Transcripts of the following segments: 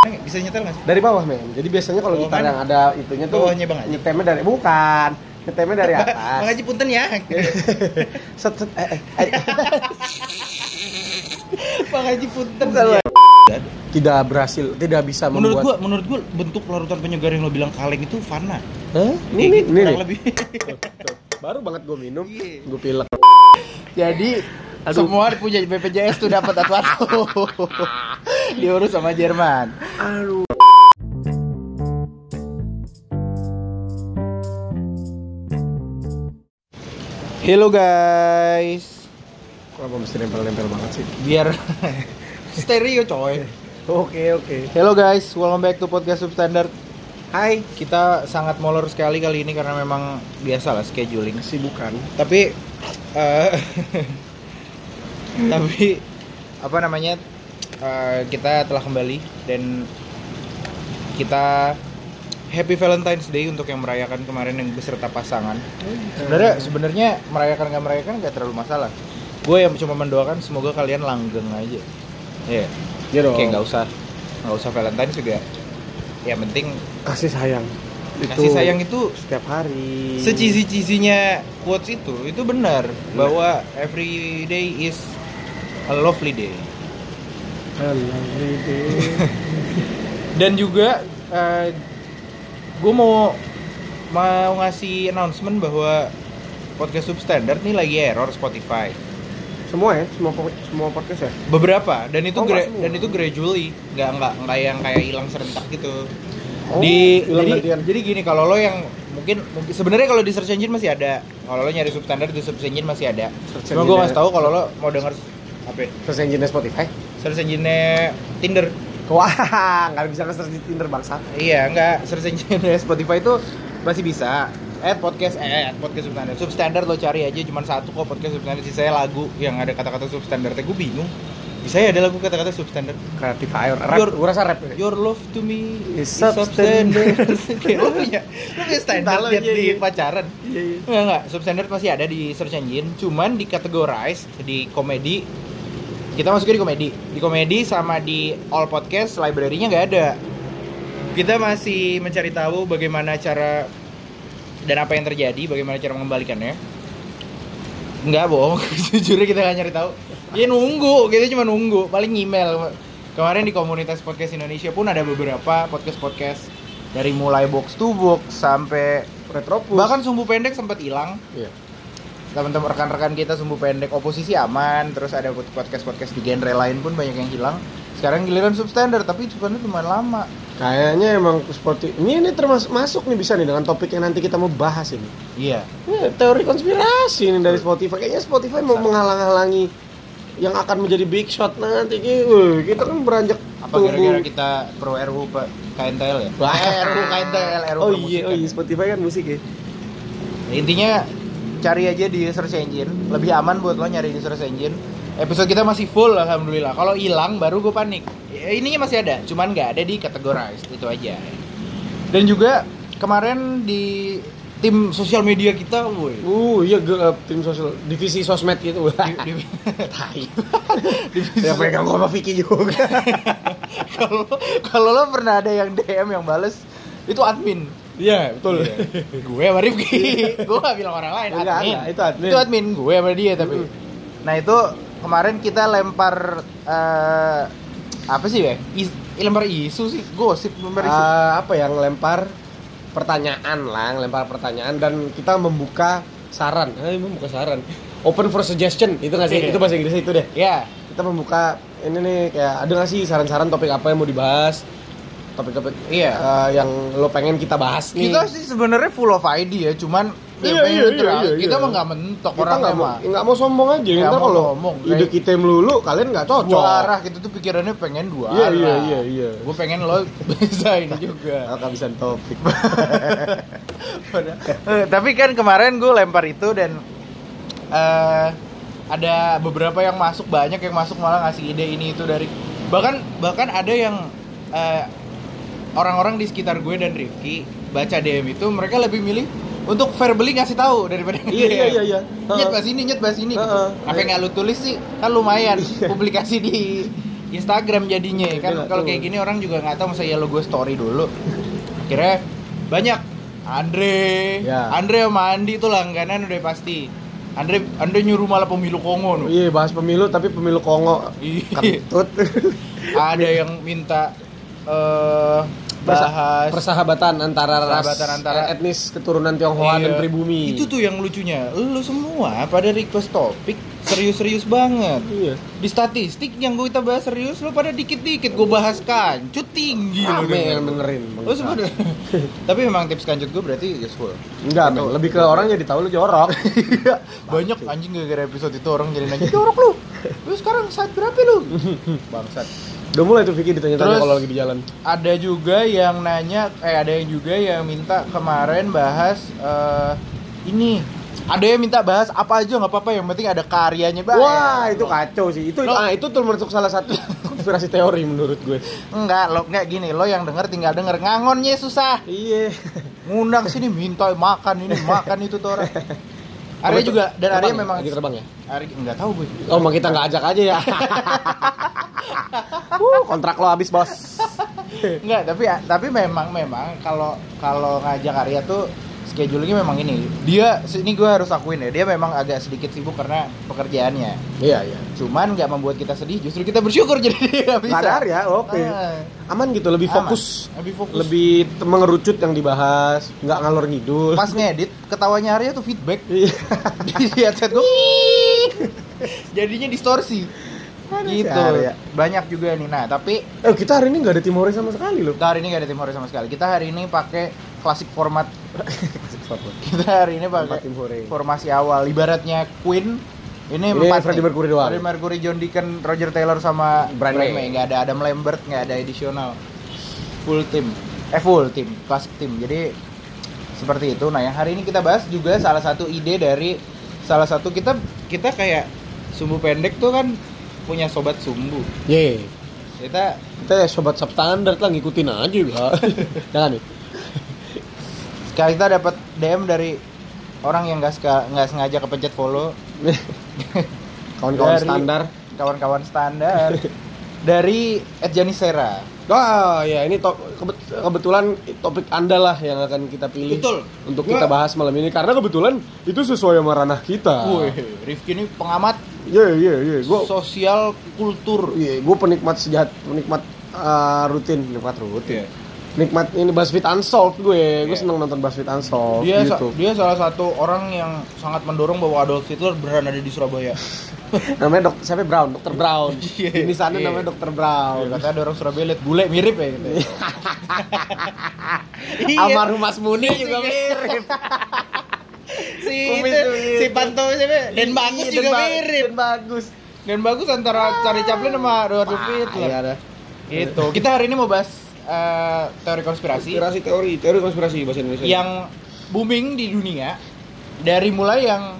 Bisa nyetel nggak sih? Dari bawah men. Jadi biasanya kalau gitar yang ada itunya tuh bawahnya Bang Haji. nyetemnya dari bukan. Nyetemnya dari atas. Bang Haji punten ya. Set. Bang Haji punten. Tidak berhasil, tidak bisa membuat. Menurut gua bentuk larutan penyegar yang lo bilang kaleng itu fana. Hah? Ini Nih. lebih. Baru banget gue minum, Iya. gue pilek. Jadi semua punya BPJS tuh dapat satu. Diurus sama Jerman. Aduh. Hello guys. Kenapa mesti nempel-nempel banget sih? Biar stereo coy. Oke. Hello guys, welcome back to podcast Substandard. Hai. Kita sangat molor sekali kali ini karena memang biasa lah scheduling. Kesibukan. Tapi tapi apa namanya? Kita telah kembali dan kita Happy Valentine's Day untuk yang merayakan kemarin yang beserta pasangan. Sebenarnya merayakan nggak terlalu masalah. Gue yang cuma mendoakan semoga kalian langgeng aja. Iya. Iya dong. Kayak nggak usah Valentine's juga. Yang penting Kasih sayang. kasih sayang itu setiap hari. Secizi-cizinya quotes itu benar bahwa every day is a lovely day. Dan juga gue mau ngasih announcement bahwa podcast Substandard nih lagi error Spotify. Semua ya, semua podcast ya. Beberapa dan itu Semua. dan itu gradually, nggak yang kayak hilang serentak gitu. Oh, Jadi gini, kalau lo yang mungkin sebenarnya kalau di search engine masih ada. Kalau lo nyari Substandard di search engine masih ada. Cuma gue ngasih tahu kalau lo mau denger apa? Search engine Spotify. Search engine Tinder. Wah, nggak bisa nge-search di Tinder bangsa. Iya, enggak, search engine Spotify itu masih bisa. Podcast Substandard lo cari aja, cuma satu kok podcast Substandard, sisanya lagu yang ada kata-kata Substandard. Gue bingung. Bisa ya ada lagu kata-kata Substandard. Creative Fire. Gue rasa rap. Your love to me is substandard. Lo punya standar Iya, di iya. pacaran. Iya. Enggak, Substandard masih ada di search engine, cuman di categorize di komedi. Kita masukin di komedi. Di komedi sama di all podcast library-nya nggak ada. Kita masih mencari tahu bagaimana cara dan apa yang terjadi, bagaimana cara mengembalikannya. Enggak bohong, jujurnya kita nggak nyari tahu. Ya nunggu, kita cuma nunggu, paling email. Kemarin di komunitas podcast Indonesia pun ada beberapa podcast dari mulai box to box sampai Retropus. bahkan sumbu pendek sempat hilang. Iya. Teman-teman rekan-rekan kita sumbu pendek oposisi aman, terus ada podcast di genre lain pun banyak yang hilang. Sekarang giliran Substandard, tapi Substandard lumayan lama. Kayaknya emang Spotify ini termasuk masuk nih, bisa nih dengan topik yang nanti kita mau bahas ini. Iya. Teori konspirasi nih dari Spotify. Kayaknya Spotify mau menghalang-halangi yang akan menjadi big shot nanti. Kita kan beranjak Apa gara-gara kita pro RU KNTL ya? RU KNTL, RU Oh permusikan. iya, Spotify kan musik ya. Intinya cari aja di search engine, lebih aman buat lo nyari di search engine. Episode kita masih full alhamdulillah. Kalau hilang baru gue panik. Ininya masih ada, cuman nggak ada di categorized, itu aja. Dan juga kemarin di tim sosial media kita, woi. Iya, tim sosial divisi sosmed gitu. Tai. Ya pegang gua sama Vicky juga. Kalau lo pernah ada yang DM yang bales, itu admin. Iya, betul. Gue sama Rifki. Gue gak bilang orang lain, admin. Enggak, itu admin. Itu admin, gue sama dia tapi. Nah itu kemarin kita lempar apa sih ya? Lempar isu sih, gosip lempar isu. Apa yang lempar pertanyaan dan kita membuka saran. Membuka saran. Open for suggestion, itu nggak sih? Iya. Itu bahasa Inggrisnya itu deh. Ya, Kita membuka ini nih, kayak ada nggak sih saran-saran topik apa yang mau dibahas? Topik-topik iya. yang lo pengen kita bahas nih. Kita sih sebenarnya full of idea, cuman Iya. kita mah nggak mentok Kita orangnya mah. nggak mau sombong aja. Nggak Ntar mau kalau sombong, ide kayak- kita melulu, kalian nggak cocok. Dua arah gitu tuh pikirannya pengen dua arah. Iya. Gue pengen lo bisa ini juga. Kehabisan topik. Tapi kan kemarin gue lempar itu dan ada beberapa yang masuk, banyak yang masuk malah ngasih ide ini itu dari bahkan ada yang orang-orang di sekitar gue dan Rifki baca DM itu mereka lebih milih untuk verbally ngasih tahu daripada Iya. nyet bahas ini gitu. Apa yang nggak lu tulis sih kan lumayan publikasi di Instagram jadinya kan. Dia nggak Kalau tahu. kayak gini orang juga nggak tahu, masa ya lo gue story dulu. Akhirnya banyak Andre sama Andi tuh langganan udah pasti. Andre nyuruh malah pemilu Kongo. Iya, bahas pemilu tapi pemilu Kongo. Iya. Kentut. Ada yang minta bahas persahabatan antara etnis keturunan Tionghoa Iya. dan pribumi. Itu tuh yang lucunya. Lu semua pada request topik serius-serius banget. Iya. Di statistik yang kita bahas serius, lu pada dikit-dikit gue bahas kancut tinggi lu Rame yang denger. dengerin. Oh sebenernya. Tapi memang tips kancut gue berarti useful. Enggak, men. Lebih ke orang jadi tahu lu jorok. Banyak anjing gara-gara episode itu orang jadi nanya, jorok lu. Lu sekarang saat berapa lu? Bangsat. Udah mulai tuh Vicky ditanya-tanya Terus- kalau lagi di jalan. Ada juga yang nanya, ada yang juga yang minta kemarin bahas ini. Ada yang minta bahas apa aja nggak apa-apa, yang penting ada karyanya banget. Wah, itu kacau sih. Itu tuh termasuk salah satu konspirasi teori menurut gue. Enggak gini, lo yang denger tinggal denger, ngangonnya susah. Iya. Ngundang sini minta makan ini, makan itu tuh orang. Arya juga, dan Arya memang lagi terbang ya? Arya enggak tahu gue. Oh, emang kita nggak ajak aja ya. Kontrak lo habis, Bos. Enggak, tapi memang kalau ngajak Arya tuh schedule-nya memang ini. Ini gue harus akuin ya, dia memang agak sedikit sibuk karena pekerjaannya. Iya. Cuman nggak membuat kita sedih, justru kita bersyukur jadi dia nggak bisa. Nggak ada Arya, oke. Aman gitu, lebih Aman. fokus. Lebih fokus. Lebih mengerucut yang dibahas, nggak ngalor ngidul. Pas ngedit, ketawanya Arya tuh feedback. Iya. Di headset gue jadinya distorsi. Gitu. Arya. Banyak juga nih. Nah, tapi Kita hari ini nggak ada Timore sama sekali loh. kita hari ini nggak ada tim hore sama sekali. Kita hari ini pakai klasik format. Kita hari ini pakai Tim hore. formasi awal. Ibaratnya Queen. Ini Ini 4 Freddie nih. Mercury doang. Freddie Mercury, John Deacon, Roger Taylor sama Brian May. Nggak ada Adam Lambert, nggak ada additional. Full team. Full team, klasik team. Jadi seperti itu. Nah, yang hari ini kita bahas juga salah satu ide dari salah satu kita kayak sumbu pendek tuh kan punya sobat sumbu. Ye. Kita Kita ya sobat substandard lah, ngikutin aja ya. Jangan nih. sekarang kita dapat DM dari orang yang nggak sengaja kepencet follow. Kawan-kawan Dari- standar. Kawan-kawan standar dari @janisera. Ya ini kebetulan topik Anda lah yang akan kita pilih. Betul. Untuk Gua- kita bahas malam ini karena kebetulan itu sesuai sama ranah kita. Wih, Rifki ini pengamat Iya. sosial kultur. Gue penikmat rutin. Iya. Nikmat ini BuzzFeed Unsolved gue. Gue seneng nonton BuzzFeed Unsolved Dia gitu. dia salah satu orang yang sangat mendorong bahwa Adolf Hitler beneran ada di Surabaya. Namanya Dr. Brown. Iya. Ini sana Iya. namanya Dr. Brown. Katanya ada orang Surabaya liat bule mirip ya gitu. Iya. Almarhum Mas Muni juga mirip. si Kumis itu, tuh mirip. si Panto siapa? Dan Bagus juga mirip. Dan Bagus. Dan Bagus antara Charlie Chaplin sama Adolf Hitler. Iya ada. Gitu. Kita hari ini mau bahas teori konspirasi Teori konspirasi bahasa Indonesia. yang booming di dunia dari mulai yang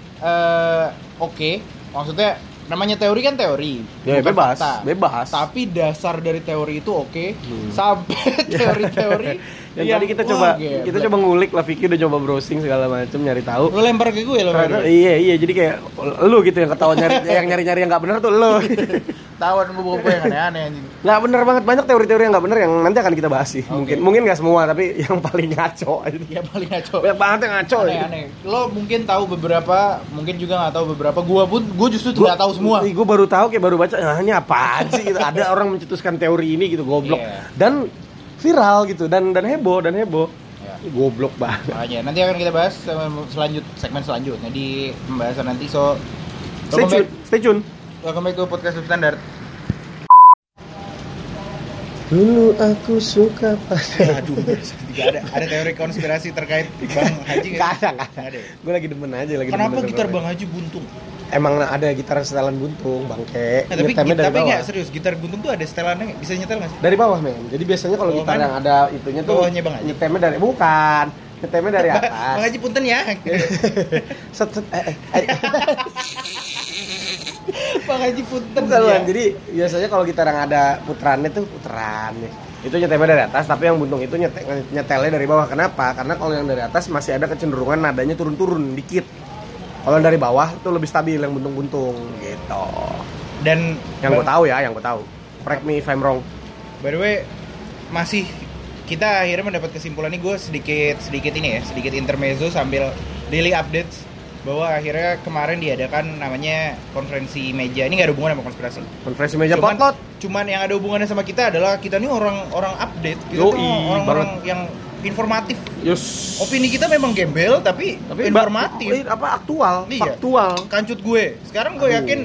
oke, maksudnya namanya teori kan teori, Ya, bukan bebas, fakta. bebas. Tapi dasar dari teori itu oke, sampai teori-teori Dan tadi kita coba ngulik lah, Vicky udah coba browsing segala macam nyari tahu. Lu lempar ke gue lo. Ternyata, iya jadi kayak lu gitu yang ketawa nyari yang nggak benar tuh lu. Tawan buku-buku yang aneh-aneh anjing. Nggak benar banget, banyak teori-teori yang nggak benar yang nanti akan kita bahas sih. Oke. Mungkin nggak semua tapi yang paling ngaco aja. Ya paling ngaco. Banyak banget yang ngaco. Aneh-aneh. Lo mungkin tahu beberapa, mungkin juga nggak tahu beberapa. Gue justru nggak tahu semua. Gue baru tahu kayak baru baca, ini apaan sih gitu. Ada orang mencetuskan teori ini gitu, goblok. Iya. Dan viral gitu dan heboh. Ya. Ini goblok banget. Makanya nanti akan kita bahas segmen selanjutnya di pembahasan nanti. So Stay tune. welcome back to podcast standar. Dulu aku suka pada. Aduh, tidak ada teori konspirasi terkait Bang Haji Nggak ada. Ada. Gue lagi demen aja Kenapa demen gitar dengerin. Bang Haji buntung? Emang ada gitar setelan buntung, bangke. Nah, tapi Nyetemnya dari bawah. nggak serius, gitar buntung tuh ada setelannya nggak? Bisa nyetel nggak sih? Dari bawah, men. Jadi biasanya kalau Oh, gitar kan? yang ada itunya tuh Bawahnya Bang Haji. nyetemnya dari bukan. Nyetemnya dari Bang atas. Haji punten ya. Set. Bang Haji punten Bukan, ya. Bang. Jadi biasanya kalau gitar yang ada puterannya tuh puteran nih. Itu nyetemnya dari atas, tapi yang buntung itu nyetelnya dari bawah. Kenapa? Karena kalau yang dari atas masih ada kecenderungan nadanya turun-turun dikit. Kalau yang dari bawah itu lebih stabil yang buntung-buntung gitu. Dan Yang gue tahu ya, yang gue tahu. Correct me if I'm wrong. By the way, masih kita akhirnya mendapat kesimpulan nih, gue sedikit ini ya, sedikit intermezzo sambil daily updates bahwa akhirnya kemarin diadakan namanya konferensi meja. Ini nggak ada hubungan sama konspirasi. Konferensi meja potlot. Cuman yang ada hubungannya sama kita adalah kita nih orang update, kita tuh orang yang informatif. Yes. Opini kita memang gembel tapi informatif. Aktual, iya. faktual. Kancut gue. Sekarang gue yakin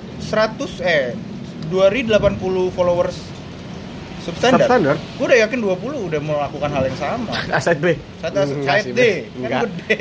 280 followers substandard. Gue udah yakin 20 udah melakukan hal yang sama. Aside B. Side D. Kan gede.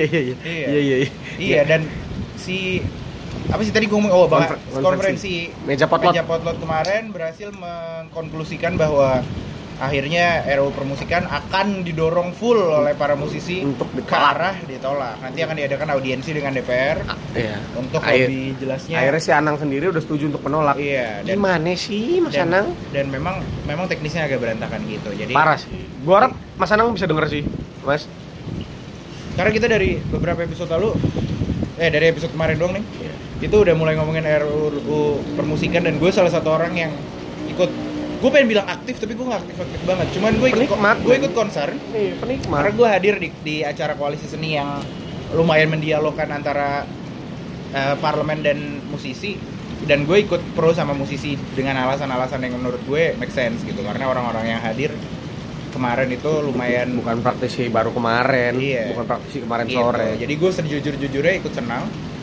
Iya, dan si apa sih tadi gue ngomong konferensi meja potlot kemarin berhasil mengkonklusikan bahwa akhirnya RUU permusikan akan didorong full oleh para musisi untuk ke arah ditolak. Nanti akan diadakan audiensi dengan DPR. Iya. Untuk lebih jelasnya. Akhirnya si Anang sendiri udah setuju untuk menolak. Iya. Gimana sih Mas Anang? Dan memang teknisnya agak berantakan gitu. Jadi parah sih. Gua harap Mas Anang bisa denger sih, Mas. Karena kita dari beberapa episode lalu, dari episode kemarin doang nih, itu udah mulai ngomongin RUU permusikan dan gue salah satu orang yang ikut. Gue pengen bilang aktif tapi gue nggak aktif banget. Cuman gue ikut concern. Iya, penikmat. Karena gue hadir di acara koalisi seni yang lumayan mendialogkan antara parlemen dan musisi. Dan gue ikut pro sama musisi dengan alasan-alasan yang menurut gue make sense gitu. Karena orang-orang yang hadir kemarin itu lumayan bukan praktisi baru kemarin, iya, bukan praktisi kemarin gitu. sore. Jadi gue sejujur-jujurnya ikut senang.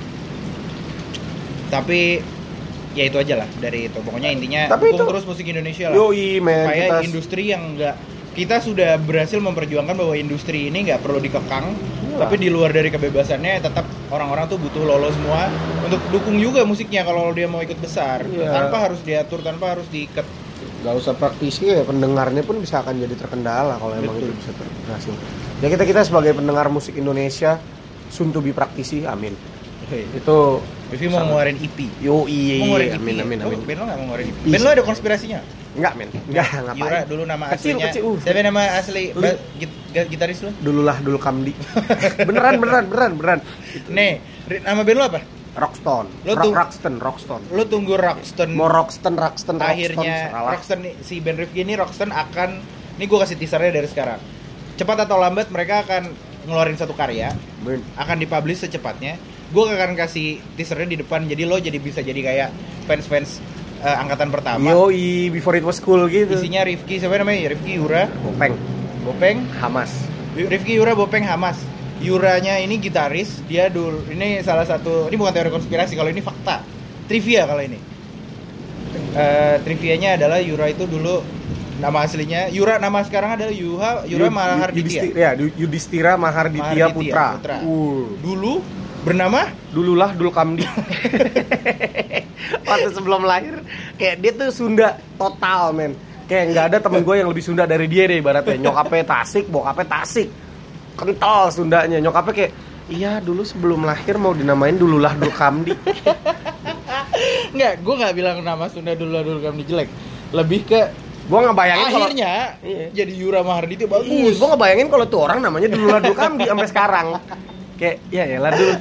Tapi ya itu aja lah dari itu. Pokoknya intinya dukung terus musik Indonesia lah. Supaya industri yang kita sudah berhasil memperjuangkan bahwa industri ini nggak perlu dikekang. Tapi di luar dari kebebasannya tetap orang-orang tuh butuh lolo semua untuk dukung juga musiknya kalau dia mau ikut besar. Tanpa harus diatur, tanpa harus diikat. Gak usah praktisi ya, pendengarnya pun bisa akan jadi terkendala kalau emang itu bisa berhasil. Ya kita sebagai pendengar musik Indonesia soon to be praktisi, amin. Itu Rifki mau ngeluarin EP. Amin. Ben lo nggak mau ngeluarin EP? Ben lo ada konspirasinya? Enggak, men. Enggak, ngapain? Yura dulu nama kecil, aslinya. Kecil. Siapa nama asli gitaris lo? Dulu Kamdi. beneran. Nih, nama band lo apa? Rockston. Rockston. Lo tunggu Rockston. Mau Rockston. Akhirnya Rockston si band Rifki ini Rockston akan, ini gue kasih teasernya dari sekarang. Cepat atau lambat mereka akan ngeluarin satu karya, akan dipublish secepatnya. Gue akan kasih teasernya di depan, jadi lo bisa jadi kayak fans angkatan pertama. Yoi, before it was cool gitu. Isinya Rifki, siapa namanya? Rifki, Yura, Bopeng, Hamas. Rifki, Yura, Bopeng, Hamas. Yuranya ini gitaris, dia dulu ini salah satu, ini bukan teori konspirasi, kalau ini fakta, trivia kalau ini. Trivianya adalah Yura itu dulu nama aslinya Yura, nama sekarang adalah Yura Maharditya. Yudhistira Maharditya Putra. Dulu bernama Dululah Dulkamdi. Waktu sebelum lahir kayak dia tuh Sunda total, men. Kayak nggak ada temen gue yang lebih Sunda dari dia deh ibaratnya. Nyokapnya Tasik, bokapnya Tasik. Kental Sundanya. Nyokapnya kayak, iya dulu sebelum lahir mau dinamain Dululah Dulkamdi. Enggak, gue nggak bilang nama Sunda Dululah Dulkamdi jelek. Lebih ke gue ngebayangin akhirnya jadi Yura Maharditya bagus. Gue ngebayangin kalau tuh orang namanya Dululah Dulkamdi sampai sekarang. Kayak ya lah dulu.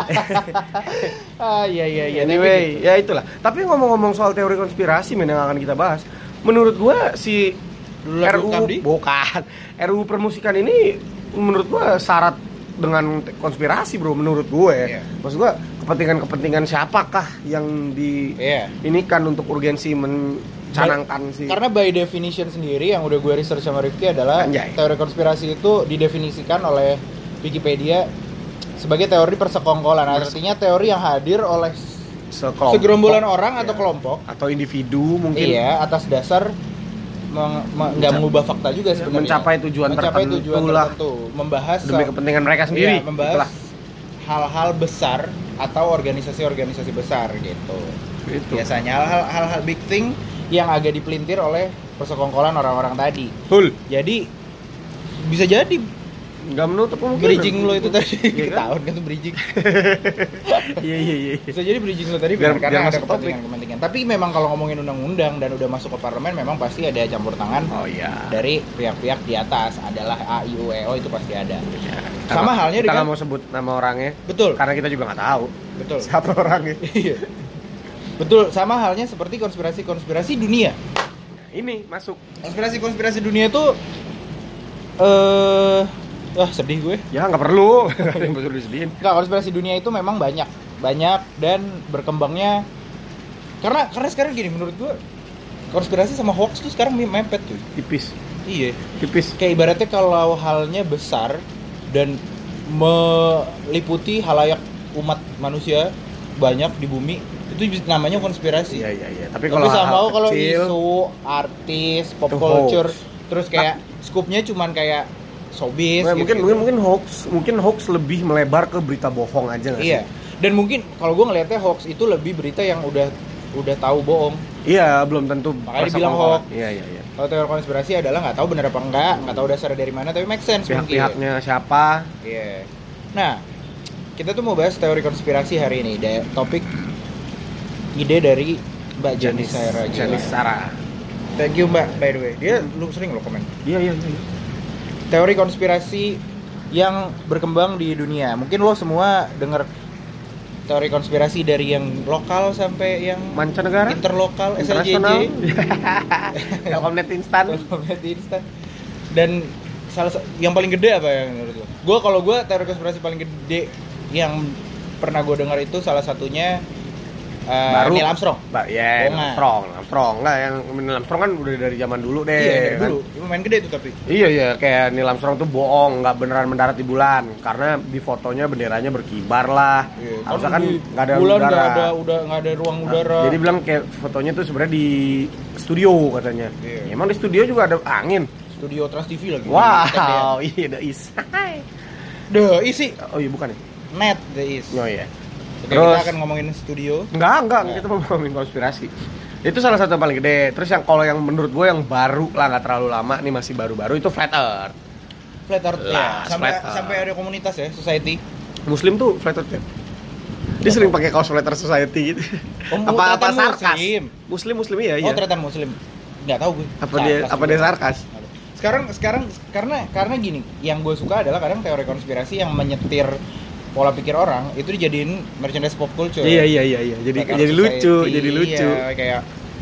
Iya. Anyway, ya itulah. Tapi ngomong-ngomong soal teori konspirasi yang akan kita bahas, menurut gua si RUU permusikan ini menurut gua syarat dengan konspirasi, bro, menurut gue. Maksud gua kepentingan siapakah yang inikan untuk urgensi mencanangkan sih? Karena by definition sendiri yang udah gue research sama Rifki adalah teori konspirasi itu didefinisikan oleh Wikipedia sebagai teori persekongkolan. Artinya teori yang hadir oleh segerombolan orang atau kelompok atau individu mungkin. Iya, atas dasar nggak mengubah fakta juga sebenarnya. Mencapai tujuan tertentu, membahas demi kepentingan mereka sendiri. Membahas hal-hal besar atau organisasi-organisasi besar gitu. Itu. Biasanya hal-hal big thing yang agak dipelintir oleh persekongkolan orang-orang tadi. Jadi bisa jadi nggak menutup kemungkinan bridging lo itu tadi ketahuan kan tuh bridging. Iya. Bisa jadi bridging lo tadi benar karena ada kepentingan. Tapi memang kalau ngomongin undang-undang dan udah masuk ke parlemen memang pasti ada campur tangan dari pihak-pihak di atas, adalah A, I, U, E, O itu pasti ada. Sama halnya dengan kita nggak mau sebut nama orangnya. Betul. Karena kita juga nggak tahu. Betul. Siapa orangnya. Iya. Betul, sama halnya seperti konspirasi dunia. Ini masuk. Konspirasi dunia itu sedih gue. Ya nggak perlu, nggak ada yang perlu disedihin. Nggak, konspirasi dunia itu memang banyak dan berkembangnya karena sekarang gini, menurut gue konspirasi sama hoax tuh sekarang mepet tuh. Tipis. Iya, tipis. Kayak ibaratnya kalau halnya besar dan meliputi halayak umat manusia banyak di bumi, itu namanya konspirasi. Iya. Tapi kalau isu artis, pop culture, terus kayak scoopnya cuman kayak showbiz. Mungkin hoax lebih melebar ke berita bohong aja nggak sih? Iya. Dan mungkin kalau gue ngelihatnya hoax itu lebih berita yang udah tahu bohong. Iya, belum tentu. Makanya dibilang hoax. Iya. Kalau teori konspirasi adalah nggak tahu benar apa enggak, nggak tahu dasarnya dari mana, tapi make sense. Pihak-pihaknya siapa? Iya. Nah, kita tuh mau bahas teori konspirasi hari ini. Topik ide dari Mbak Janis Sarah. Thank you Mbak, by the way. Dia lu sering lo komen. Iya. Teori konspirasi yang berkembang di dunia. Mungkin lo semua dengar teori konspirasi dari yang lokal sampai yang mancanegara, interlokal, SLJJ, Telkomnet instan. Dan yang paling gede apa yang menurut lo? Kalau gue teori konspirasi paling gede yang pernah gue dengar itu salah satunya Neil Armstrong. Armstrong lah, yang Neil Armstrong kan udah dari zaman dulu deh. Iya, dari kan? Dulu. Itu main gede tuh tapi. Iya, kayak Neil Armstrong tuh bohong, nggak beneran mendarat di bulan karena di fotonya benderanya berkibar lah. Iya, harusnya kan nggak ada bulan udara. Nggak ada ruang udara. Jadi bilang kayak fotonya tuh sebenarnya di studio katanya. Iya. Emang di studio juga ada angin. Studio Trans TV lagi. Wow, iya The Is. The Is sih. Oh iya bukan ya? Net The Is. Oh iya. Oke, kita akan ngomongin studio. Enggak, kita mau ngomongin konspirasi. Itu salah satu yang paling gede. Terus yang kalau yang menurut gue yang baru lah, nggak terlalu lama nih, masih baru-baru itu Flat Earth. Flat Earth ya. Sampai ada komunitas ya, society. Muslim tuh Flat Earth ya. Dia sering pakai kaos Flat Earth Society gitu. Apa sarkas? Muslim iya. Oh, ternyata Muslim. Enggak tahu gue. Apa dia sarkas? Sekarang karena gini, yang gue suka adalah kadang teori konspirasi yang menyetir pola pikir orang itu dijadiin merchandise pop culture. Iya. Jadi lucu. Iya, kayak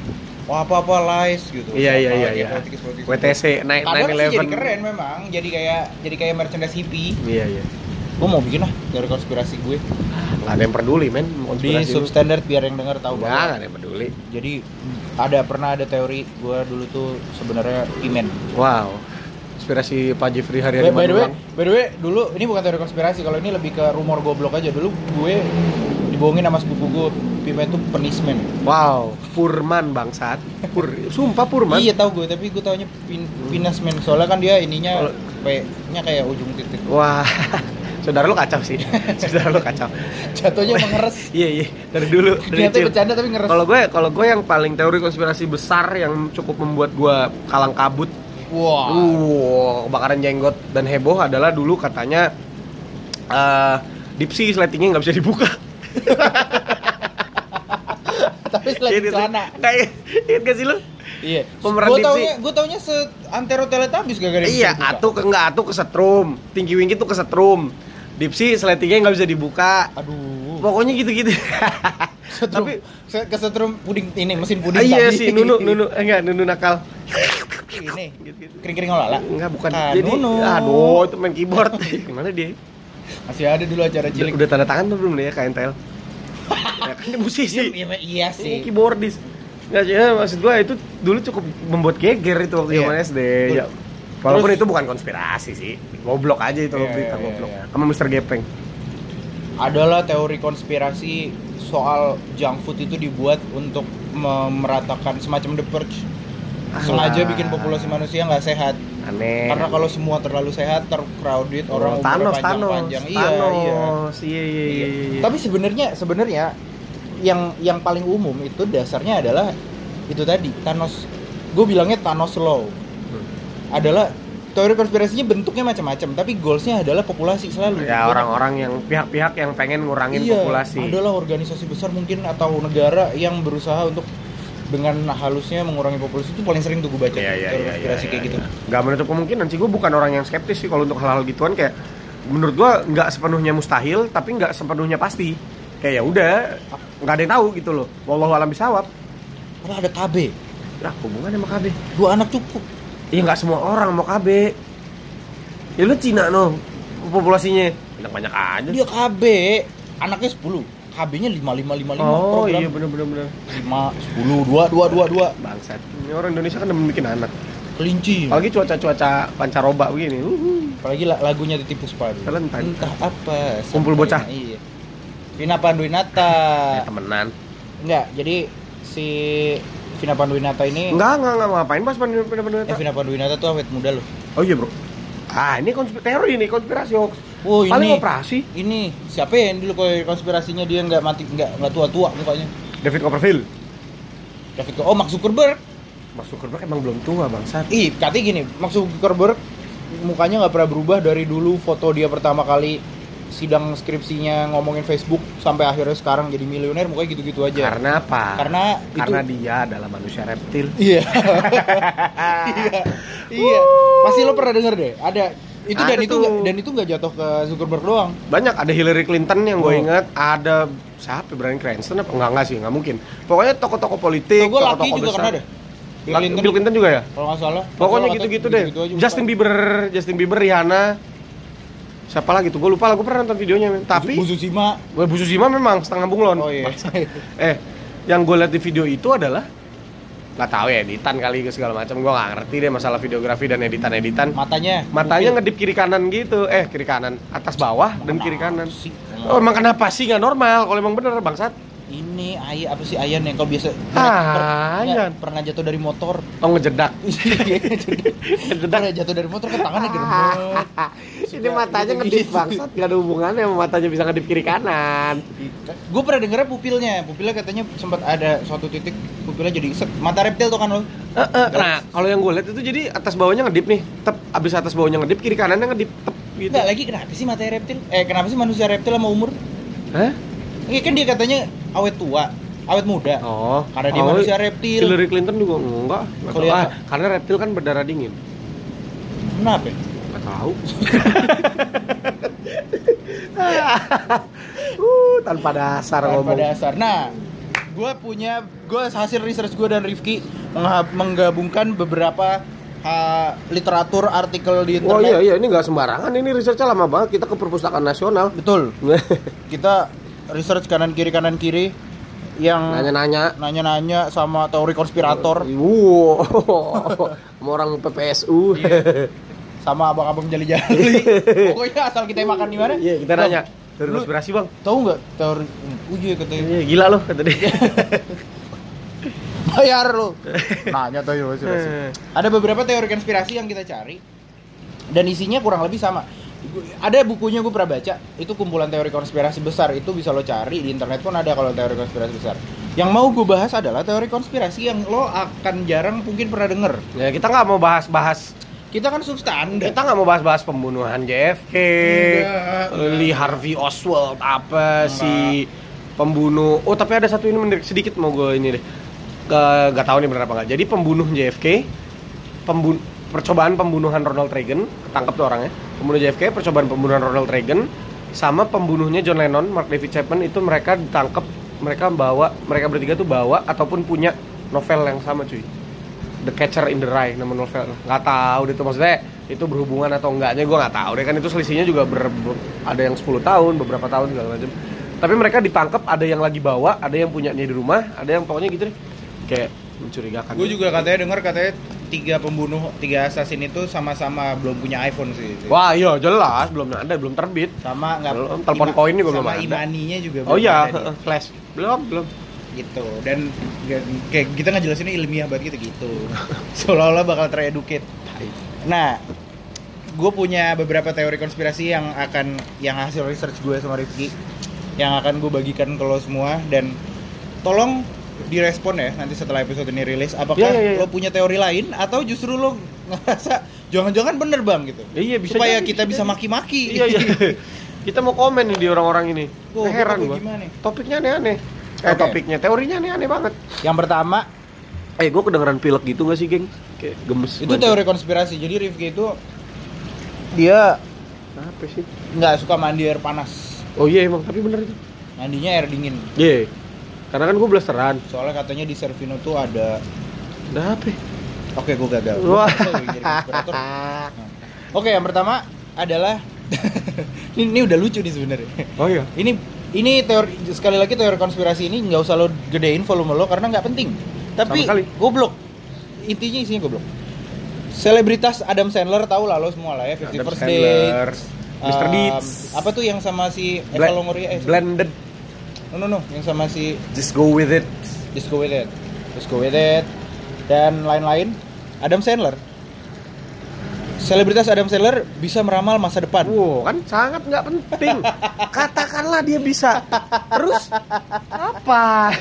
apa lies gitu. Iya. WTC 9/11. Jadi keren memang. Jadi kayak merchandise hippie. Iya. Gue mau bikin lah teori konspirasi gue. Nggak ada yang peduli men. Di substandard biar yang dengar tahu. Nggak ada yang peduli. Jadi pernah ada teori gue dulu tuh sebenarnya Imen. Wow. Konspirasi Pak Jeffrey Haryadi Manulang. By the way, dulu ini bukan teori konspirasi, kalau ini lebih ke rumor goblok aja. Dulu gue dibohongin sama sepupu gue, Pimen itu penisman. Wow, Purman bangsat. Sumpah Purman. Iya tahu gue, tapi gue taunya pinasman. Soalnya kan dia ininya P-nya kayak ujung titik. Wah. Saudara lu kacau sih. Jatuhnya mengeres. Iya. Dari dulu. Ternyata bercanda tapi ngeres. Kalau gue yang paling teori konspirasi besar yang cukup membuat gue kalang kabut. Wow. Kebakaran jenggot dan heboh adalah dulu katanya dipsi sletingnya nggak bisa dibuka. Tapi sleting celana. Ingat gak sih lu? Iya. Pemeran dipsi. Gue taunya antero Teletubbies gak ada. Iya, atuh kesetrum. Tinky Winky tuh kesetrum. Dipsi sletingnya nggak bisa dibuka. Aduh. Pokoknya gitu-gitu. Tapi kesetrum puding ini mesin puding tadi. Iya sih, Nunu nakal. Ini gitu. Kering-kering olala. Enggak, bukan. Jadi aduh, itu main keyboard. Gimana dia? Masih ada dulu acara cilik. Udah tanda tangan tuh belum nih ya KNTL? Ya kan dia musisi. Iya sih. Keyboardis. Enggak sih, maksud gua itu dulu cukup membuat geger itu waktu zaman SD. Ya. Walaupun itu bukan konspirasi sih. Goblok aja itu berita goblok. Sama Mr. Gepeng. Adalah teori konspirasi soal junk food itu dibuat untuk memeratakan semacam The Purge. Sengaja bikin populasi manusia nggak sehat. Aneh. Karena kalau semua terlalu sehat, tercrowded, orang umur panjang-panjang. Iya. Tapi sebenarnya yang paling umum itu dasarnya adalah itu tadi, Thanos. Gue bilangnya Thanos Law. Adalah teori konspirasinya bentuknya macam-macam, tapi goalsnya adalah populasi selalu. Ya, orang-orang yang pihak-pihak yang pengen ngurangin populasi. Adalah organisasi besar mungkin atau negara yang berusaha untuk dengan halusnya mengurangi populasi. Itu paling sering tuh gue baca konspirasi kayak gitu. Gak menutup kemungkinan sih, gue bukan orang yang skeptis sih kalau untuk hal-hal gituan. Kayak menurut gue nggak sepenuhnya mustahil, tapi nggak sepenuhnya pasti. kayak ya udah nggak ada yang tahu gitu loh. Wallahu alam bisawab. Karena ada KB. Nah, hubungannya sama KB. 2 anak cukup. Iya nggak semua orang mau KB. Ya lu Cina no populasinya banyak aja. Dia KB, anaknya 10. KB-nya 5555 Oh program. iya bener 5, 10, 2. Bangsat. Ini orang Indonesia kan demen bikin anak. Kelinci. Apalagi cuaca pancaroba begini. Apalagi lagunya Titiek Puspa. Valentine. Entah apa. Kumpul bocah. Iya. Vina Panduwinata. Temenan. Enggak, jadi si Vina Panduwinata ini Enggak ngapain pas bener-bener. Vina Panduwinata tuh awet muda loh. Oh iya bro. Ini teori ini konspirasi hoax. Oh Paling ini operasi. Ini siapa yang dulu konspirasinya dia nggak mati nggak tua mukanya? David Copperfield. Mark Zuckerberg. Mark Zuckerberg emang belum tua bangsat. Katanya gini, Mark Zuckerberg mukanya nggak pernah berubah dari dulu foto dia pertama kali sidang skripsinya ngomongin Facebook sampai akhirnya sekarang jadi miliuner mukanya gitu-gitu aja. Karena apa? Karena itu... dia adalah manusia reptil. Iya. Iya. Pasti lo pernah denger deh. Ada itu dan itu nggak jatuh ke Zuckerberg doang. Banyak, ada Hillary Clinton yang gue Oh. ingat, ada siapa Bryan Cranston apa enggak sih, nggak mungkin. Pokoknya tokoh-tokoh politik, Gue laki tokoh-tokoh juga besar. kena deh. Bill Clinton juga ya? Kalau nggak salah. Pokoknya gitu-gitu deh. Justin Bieber, Rihanna. Siapa lagi tuh? Gue lupa lah, gue pernah nonton videonya. Tapi Bu Susima. Bu Susima memang setengah bunglon. Oh iya. Yang gue lihat di video itu adalah nggak tahu ya, editan kali segala macam. Gue nggak ngerti deh masalah videografi dan editan. Matanya ngedip kiri kanan gitu. Kiri kanan, atas bawah dan kiri kanan. Oh, emang kenapa sih nggak normal? Kalau emang bener bangsat. Ini Ayan yang kalau biasa Ayan pernah jatuh dari motor. Oh ngejedak. Pernah jatuh dari motor ke tangannya geremet. Ini matanya ngedip bangsat, gak ada hubungannya sama matanya bisa ngedip kiri kanan. Gue pernah dengernya pupilnya katanya sempat ada suatu titik pupilnya jadi mata reptil tuh kan lo. Nah kalau yang gue lihat itu jadi atas bawahnya ngedip nih, abis atas bawahnya ngedip, kiri kanannya ngedip gitu. Enggak lagi, kenapa sih mata reptil? Kenapa sih manusia reptil sama umur? Hah? Iya kan dia katanya awet muda. Oh, karena dia manusia reptil. Hillary Clinton juga enggak. Karena reptil kan berdarah dingin. Kenapa? Enggak tahu. Tanpa dasar ngomong. Tanpa dasar. Nah, gue hasil research gue dan Rifki menggabungkan beberapa literatur artikel di internet. Oh iya ini nggak sembarangan, ini researchnya lama banget. Kita ke Perpustakaan Nasional. Betul. Kita research kanan kiri yang nanya-nanya sama teori konspirator. Sama orang PPSU. Iya. Sama abang-abang jali-jali. Pokoknya asal kita makan di mana? Iya, kita nanya. Teori konspirasi, Bang. Tahu enggak teori? Iya katanya. Iya, gila loh kata dia. Bayar lo. Nanya teori konspirasi. Ada beberapa teori konspirasi yang kita cari dan isinya kurang lebih sama. Ada bukunya gue pernah baca, itu kumpulan teori konspirasi besar, itu bisa lo cari di internet pun ada kalau teori konspirasi besar. Yang mau gue bahas adalah teori konspirasi yang lo akan jarang mungkin pernah denger. Ya kita nggak mau bahas. Kita kan substandard. Kita nggak mau bahas pembunuhan JFK, Lee Harvey Oswald si pembunuh. Oh tapi ada satu ini menderik sedikit mau gue ini deh. Gak tahu nih benar apa nggak. Jadi pembunuh JFK, percobaan pembunuhan Ronald Reagan, ketangkep tuh orangnya. Pembunuh JFK, percobaan pembunuhan Ronald Reagan, sama pembunuhnya John Lennon, Mark David Chapman, itu mereka ditangkap, mereka bertiga tuh bawa ataupun punya novel yang sama cuy. The Catcher in the Rye, nama novel. Nggak tahu deh tuh maksudnya itu berhubungan atau enggaknya gue nggak tahu deh, kan itu selisihnya juga ada yang 10 tahun, beberapa tahun segala macam. Tapi mereka ditangkap, ada yang lagi bawa, ada yang punyanya di rumah, ada yang pokoknya gitu deh. Kayak mencurigakan. Gue juga katanya 3 assassin itu sama-sama belum punya iPhone sih. Wah iya jelas belum terbit. Sama nggak telepon koin juga belum ada. Sama imaninya juga belum. Oh iya flash belum gitu. Dan kayak kita ngejelasinnya ilmiah banget gitu. Seolah-olah bakal tereducate. Nah, gue punya beberapa teori konspirasi yang hasil research gue sama Rifki yang akan gue bagikan ke lo semua, dan tolong direspon ya nanti setelah episode ini rilis, apakah lo punya teori lain atau justru lo ngerasa jangan-jangan bener bang gitu. Iya bisa supaya jadi, kita bisa maki-maki. Iya. Kita mau komen nih di orang-orang ini. Heran gua. Topiknya aneh-aneh. Topiknya, teorinya aneh-aneh banget. Yang pertama, gue kedengeran pilek gitu gak sih, geng? Kayak gemes. Itu teori konspirasi. Jadi Rifki itu dia apa sih? Nggak suka mandi air panas. Oh iya emang, tapi bener itu. Mandinya air dingin. Iya. Karena kan gue blasteran. Soalnya katanya di Servino tuh ada. Apa? Oke, gue gagal. Wah. Nah. Oke, yang pertama adalah ini udah lucu nih sebenarnya. Oh iya. Ini teori, sekali lagi teori konspirasi ini nggak usah lo gedein volume lo karena nggak penting. Tapi goblok. Intinya isinya goblok. Selebritas Adam Sandler tahu lah lo semua lah ya, 50 First Dates, Mr. Deeds. Apa tuh yang sama si Eva Longoria? Blended. No, yang sama si Just go with it. Dan lain-lain. Adam Sandler. Selebritas Adam Sandler bisa meramal masa depan. Wow, kan sangat nggak penting. Katakanlah dia bisa. Terus apa?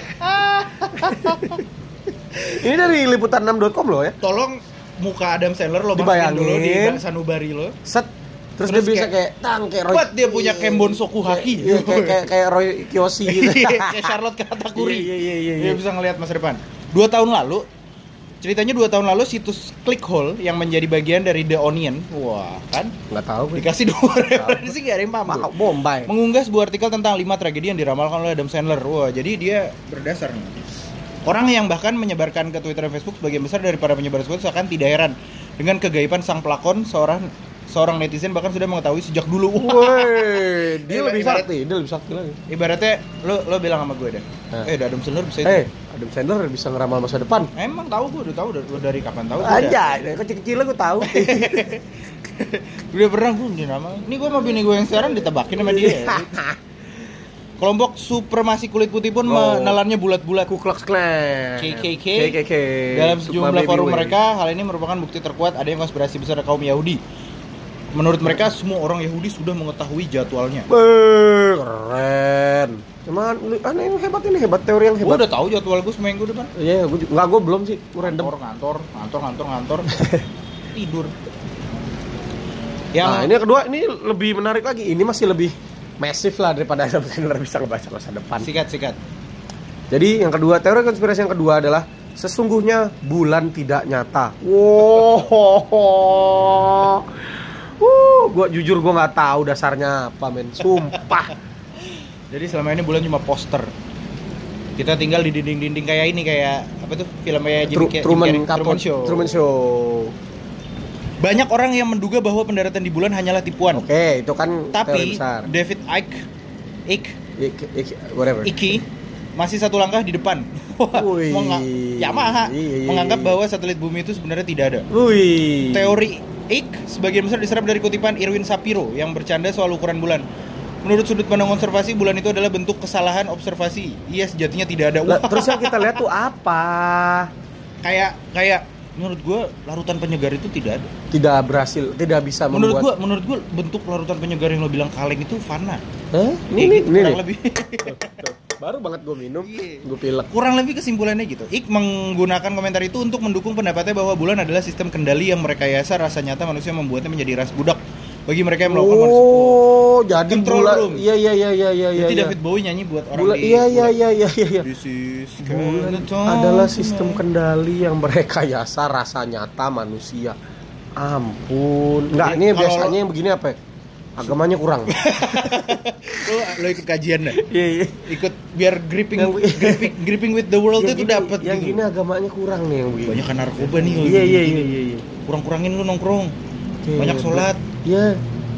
Ini dari liputan6.com loh ya. Tolong muka Adam Sandler lo dibayangin dulu di sanubari lo. Set. Terus dia bisa kayak Roy. Buat dia punya Kembon Sokuhaki. Kayak Roy Kiyoshi gitu. Kayak Charlotte Katakuri. Iya. Dia bisa ngelihat masa depan. 2 tahun lalu, ceritanya 2 tahun lalu situs Clickhole yang menjadi bagian dari The Onion, wah kan? Nggak tahu. Dikasih 2 referensi nggak ada yang paham. Bombay. Mengunggah sebuah artikel tentang 5 tragedi yang diramalkan oleh Adam Sandler. Wah, jadi dia berdasar nih. Orang yang bahkan menyebarkan ke Twitter dan Facebook sebagian besar dari para penyebar tersebut seakan tidak heran dengan kegaiban sang pelakon. Seorang netizen bahkan sudah mengetahui sejak dulu. Woi, dia lebih sakti lagi. Ibaratnya lo bilang sama gue deh. Adam Sandler bisa itu. Adam Sandler bisa ngeramal masa depan. Emang tahu gue udah tahu dari kapan tahu. Aja, kecil-kecil gue tahu. Udah pernah gue nama. Ini gue sama bini gue yang sekarang ditebakin sama dia. Kelompok supremasi kulit putih pun menelannya bulat-bulat. Ku Klux Klan. KKK. Dalam sejumlah forum mereka, hal ini merupakan bukti terkuat adanya konspirasi besar kaum Yahudi. Menurut mereka, semua orang Yahudi sudah mengetahui jadwalnya. Keren. Cuman aneh hebat teori yang hebat. Gue udah tahu jadwal gue seminggu depan. Iya, gue belum sih. Gue random. Ngantor. Tidur. Nah, ini yang kedua, ini lebih menarik lagi. Ini masih lebih masif lah daripada Adam Sandler bisa ngebaca masa depan. Sikat. Jadi yang kedua, teori konspirasi yang kedua adalah sesungguhnya bulan tidak nyata. Wow. Gue jujur gue nggak tahu dasarnya apa, men. Sumpah. Jadi selama ini bulan cuma poster. Kita tinggal di dinding-dinding kayak ini, kayak apa tuh filmnya Truman Show. Banyak orang yang menduga bahwa pendaratan di bulan hanyalah tipuan. Oke, itu kan tapi besar. David Icke masih satu langkah di depan. Yamaha menganggap bahwa satelit bumi itu sebenarnya tidak ada. Teori Icke sebagian besar diserap dari kutipan Irwin Shapiro yang bercanda soal ukuran bulan. Menurut sudut pandang konservasi, bulan itu adalah bentuk kesalahan observasi. Ia sejatinya tidak ada. Terus yang kita lihat tuh apa? Kayak menurut gue larutan penyegar itu tidak ada. Tidak berhasil, tidak bisa membuat. Menurut gue bentuk larutan penyegar yang lo bilang kaleng itu fana. Ini kurang lebih. Baru banget gue minum, gue pilek. Kurang lebih kesimpulannya gitu. Icke menggunakan komentar itu untuk mendukung pendapatnya bahwa bulan adalah sistem kendali yang merekayasa rasa nyata manusia membuatnya menjadi ras budak bagi mereka yang melakukan jadi control bulan. Iya. Jadi David Bowie nyanyi buat orang bulan, iya. This is bulan adalah sistem kendali yang merekayasa rasa nyata manusia. Ampun. Enggak, ini biasanya yang begini apa ya? Agamanya kurang. Lo ikut kajian dah. Iya. Ikut biar gripping with the world itu dapat. Yang gitu. Gini agamanya kurang nih yang begini. Banyak kan narkoba nih. Iya. Kurang-kurangin lu nongkrong. Banyak sholat. Iya.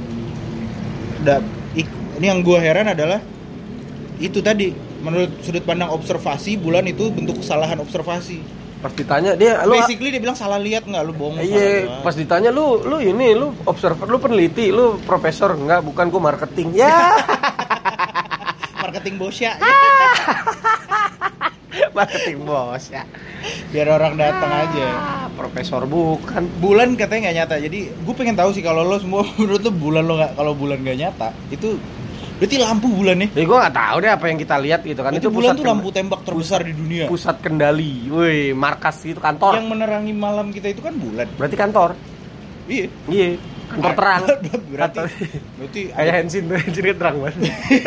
Ini yang gua heran adalah itu tadi. Menurut sudut pandang observasi, bulan itu bentuk kesalahan observasi. Pas ditanya dia, basically dia bilang salah lihat nggak, lu bohong. Iya, pas ditanya lu observer, lu peneliti, lu profesor, enggak, bukan gua marketing. Ya. Marketing bos ya. Marketing bos ya. Biar orang datang aja. Profesor bukan. Bulan katanya nggak nyata. Jadi gue pengen tahu sih kalau lo semua menurut lo bulan kalau bulan nggak nyata itu berarti lampu bulan nih. Ya gue nggak tahu deh apa yang kita lihat gitu kan. Itu bulan tuh lampu tembak terbesar di dunia. Pusat kendali, woi, markas itu kantor. Yang menerangi malam kita itu kan bulan. Berarti kantor. Iya. Kantor terang. Berarti kayak Hensin terang banget.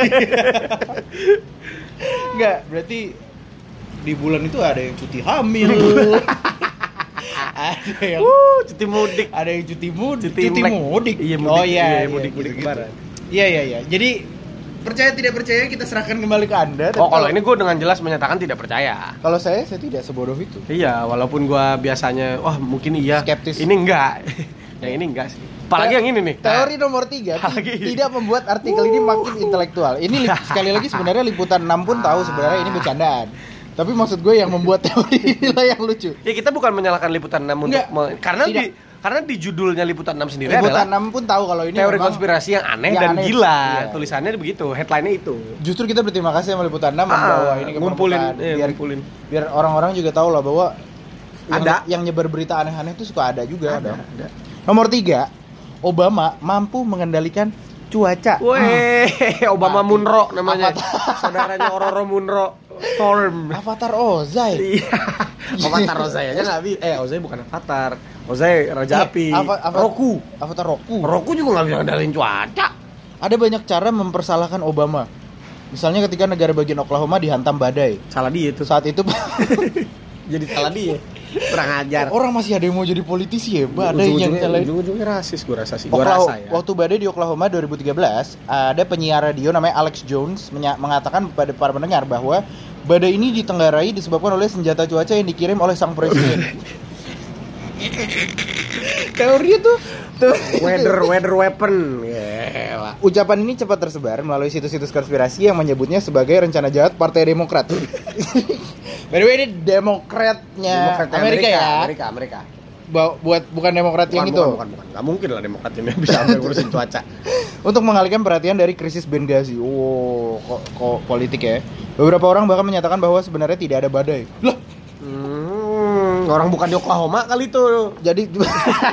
Enggak, berarti di bulan itu ada yang cuti hamil. Ada yang cuti mudik. Ada yang cuti mudik. Iya, mudik. Oh iya, mudik lebaran. Iya. Jadi percaya tidak percaya kita serahkan kembali ke Anda. Oh, kalau ini gue dengan jelas menyatakan tidak percaya. Kalau saya tidak sebodoh itu. Iya, walaupun gue biasanya, wah mungkin iya. Skeptis. Ini enggak. Yang ini enggak sih. Apalagi yang ini nih. Teori nomor 3 tidak membuat artikel ini makin intelektual. Ini sekali lagi sebenarnya Liputan 6 pun tahu sebenarnya ini bercandaan. Tapi maksud gue yang membuat teori inilah yang lucu. Ya kita bukan menyalahkan Liputan 6 untuk karena di judulnya Liputan 6 sendiri Liputan adalah 6 pun tahu kalau ini teori konspirasi yang aneh dan aneh. gila. Iya. Tulisannya begitu, headline-nya itu. Justru kita berterima kasih sama Liputan 6 membawa ini ke ngumpulin, permukaan. Biar orang-orang juga tahu lah bahwa yang nyebar berita aneh-aneh itu suka ada juga. Ada. Nomor 3, Obama mampu mengendalikan cuaca. Weh, Obama Munro namanya. Saudaranya Ororo Munro. Storm. Avatar Ozai. Iya. Avatar Ozai aja nggak bisa. Ozai bukan Avatar. Ozai Raja Api. Roku. Avatar Roku. Roku juga nggak bisa ngendalin cuaca. Ada banyak cara mempersalahkan Obama. Misalnya ketika negara bagian Oklahoma dihantam badai. Salah dia itu. Saat itu jadi salah dia. Kurang ajar. Orang masih ada yang mau jadi politisi ya, badai yang nyalain. Ujung-ujungnya rasis gue rasa sih. Waktu badai di Oklahoma 2013, ada penyiar radio namanya Alex Jones mengatakan kepada para pendengar bahwa badai ini ditenggarai disebabkan oleh senjata cuaca yang dikirim oleh sang presiden. Teori itu weather weapon. Gila. Ucapan ini cepat tersebar melalui situs-situs konspirasi yang menyebutnya sebagai rencana jahat Partai Demokrat. By the way, ini Demokratnya Amerika ya. Amerika. Bukan Demokrat yang itu. Bukan. Gak mungkin lah Demokrat ini bisa sampai ngurusin cuaca. Untuk mengalihkan perhatian dari krisis Benghazi. Kok politik ya. Beberapa orang bahkan menyatakan bahwa sebenarnya tidak ada badai. Lah, orang bukan di Oklahoma kali itu. jadi di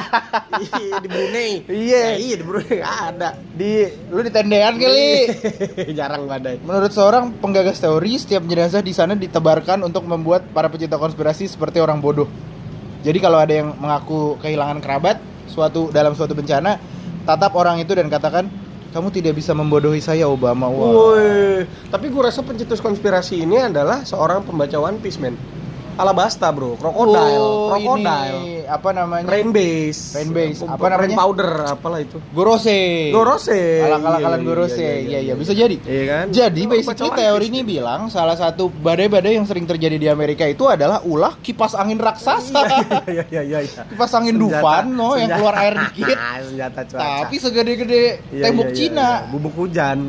Brunei. Iya, di Brunei ada. Lu di tendean kali. Jarang badai. Menurut seorang penggagas teori, setiap jenazah di sana ditebarkan untuk membuat para pecinta konspirasi seperti orang bodoh. Jadi kalau ada yang mengaku kehilangan kerabat dalam suatu bencana, tatap orang itu dan katakan, kamu tidak bisa membodohi saya, Obama. Woi, tapi gue rasa pencetus konspirasi ini adalah seorang pembaca One Piece, man. Alabasta, bro. Krokodil. Ini apa namanya? Rainbase. Apa namanya? Rain powder, apalah itu. Gorose. Akal-akalan Gorose. Iya, bisa jadi. Iya kan? Jadi basically teori ini bilang salah satu badai-badai yang sering terjadi di Amerika itu adalah ulah kipas angin raksasa. Iya. Kipas angin Dufan yang keluar air dikit. Senjata cuaca. Tapi segede-gede tembok Cina. Bubuk hujan.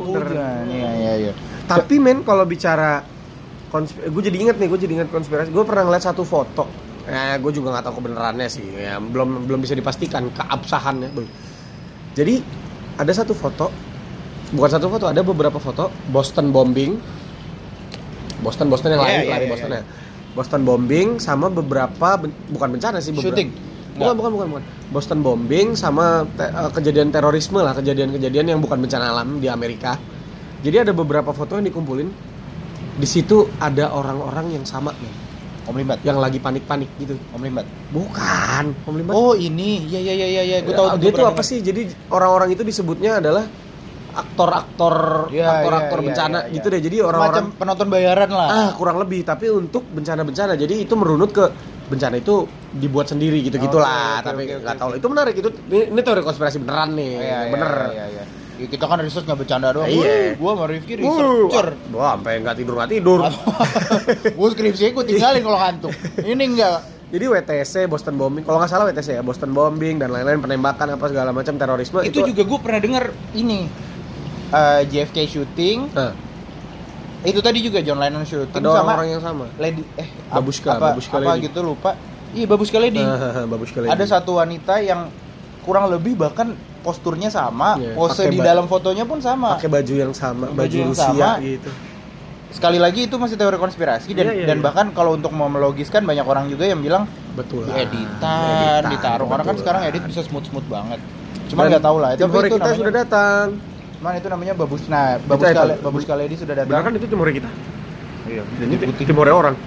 Iya. Tapi men kalau bicara gue jadi inget konspirasi. Gue pernah ngeliat satu foto. Gue juga nggak tahu kebenarannya sih. Ya, belum bisa dipastikan keabsahannya. Jadi ada satu foto, ada beberapa foto Boston bombing. Boston yang lari Boston ya. Boston bombing sama beberapa bukan bencana sih. Shooting. Bukan. Boston bombing sama kejadian terorisme lah, kejadian yang bukan bencana alam di Amerika. Jadi ada beberapa foto yang dikumpulin. Di situ ada orang-orang yang sama nih. Om Limbat yang lagi panik-panik gitu. Om Limbat. Bukan, Om Limbat. Oh, ini. Iya. Gue tahu dia tuh apa sih? Jadi orang-orang itu disebutnya adalah aktor-aktor bencana gitu deh. Jadi orang-orang macam penonton bayaran lah. Kurang lebih, tapi untuk bencana-bencana. Jadi itu merunut ke bencana itu dibuat sendiri gitu-gitulah. Tapi enggak tahu. Itu menarik itu. Ini teori konspirasi beneran nih. Bener. Iya. Ya, kita kan research nggak bercanda doang. Gua sama Rifki researcher. Wah, sampai nggak tidur. Gua skripsi gue tinggalin kalau ngantuk. Ini enggak. Jadi WTC, Boston bombing. Kalau nggak salah WTC ya, Boston bombing dan lain-lain, penembakan apa segala macam terorisme. Itu juga gue pernah dengar ini. JFK shooting. Itu tadi juga John Lennon shooting. Ada sama orang yang sama. Lady Babushka Lady. Gitu lupa. Iya, Babushka Lady. Ada satu wanita yang kurang lebih bahkan posturnya sama, pose di dalam fotonya pun sama. Pakai baju yang sama, baju Rusia sama. Gitu. Sekali lagi itu masih teori konspirasi dan bahkan kalau untuk mau melogiskan banyak orang juga yang bilang betul. Editan, ditaruh karena kan sekarang edit bisa smooth banget. Cuma nggak tahu lah. Itu kita sudah datang. Mana itu namanya Babushka Lady sudah datang. Benar kan itu timur kita. Iya. Ini timur orang.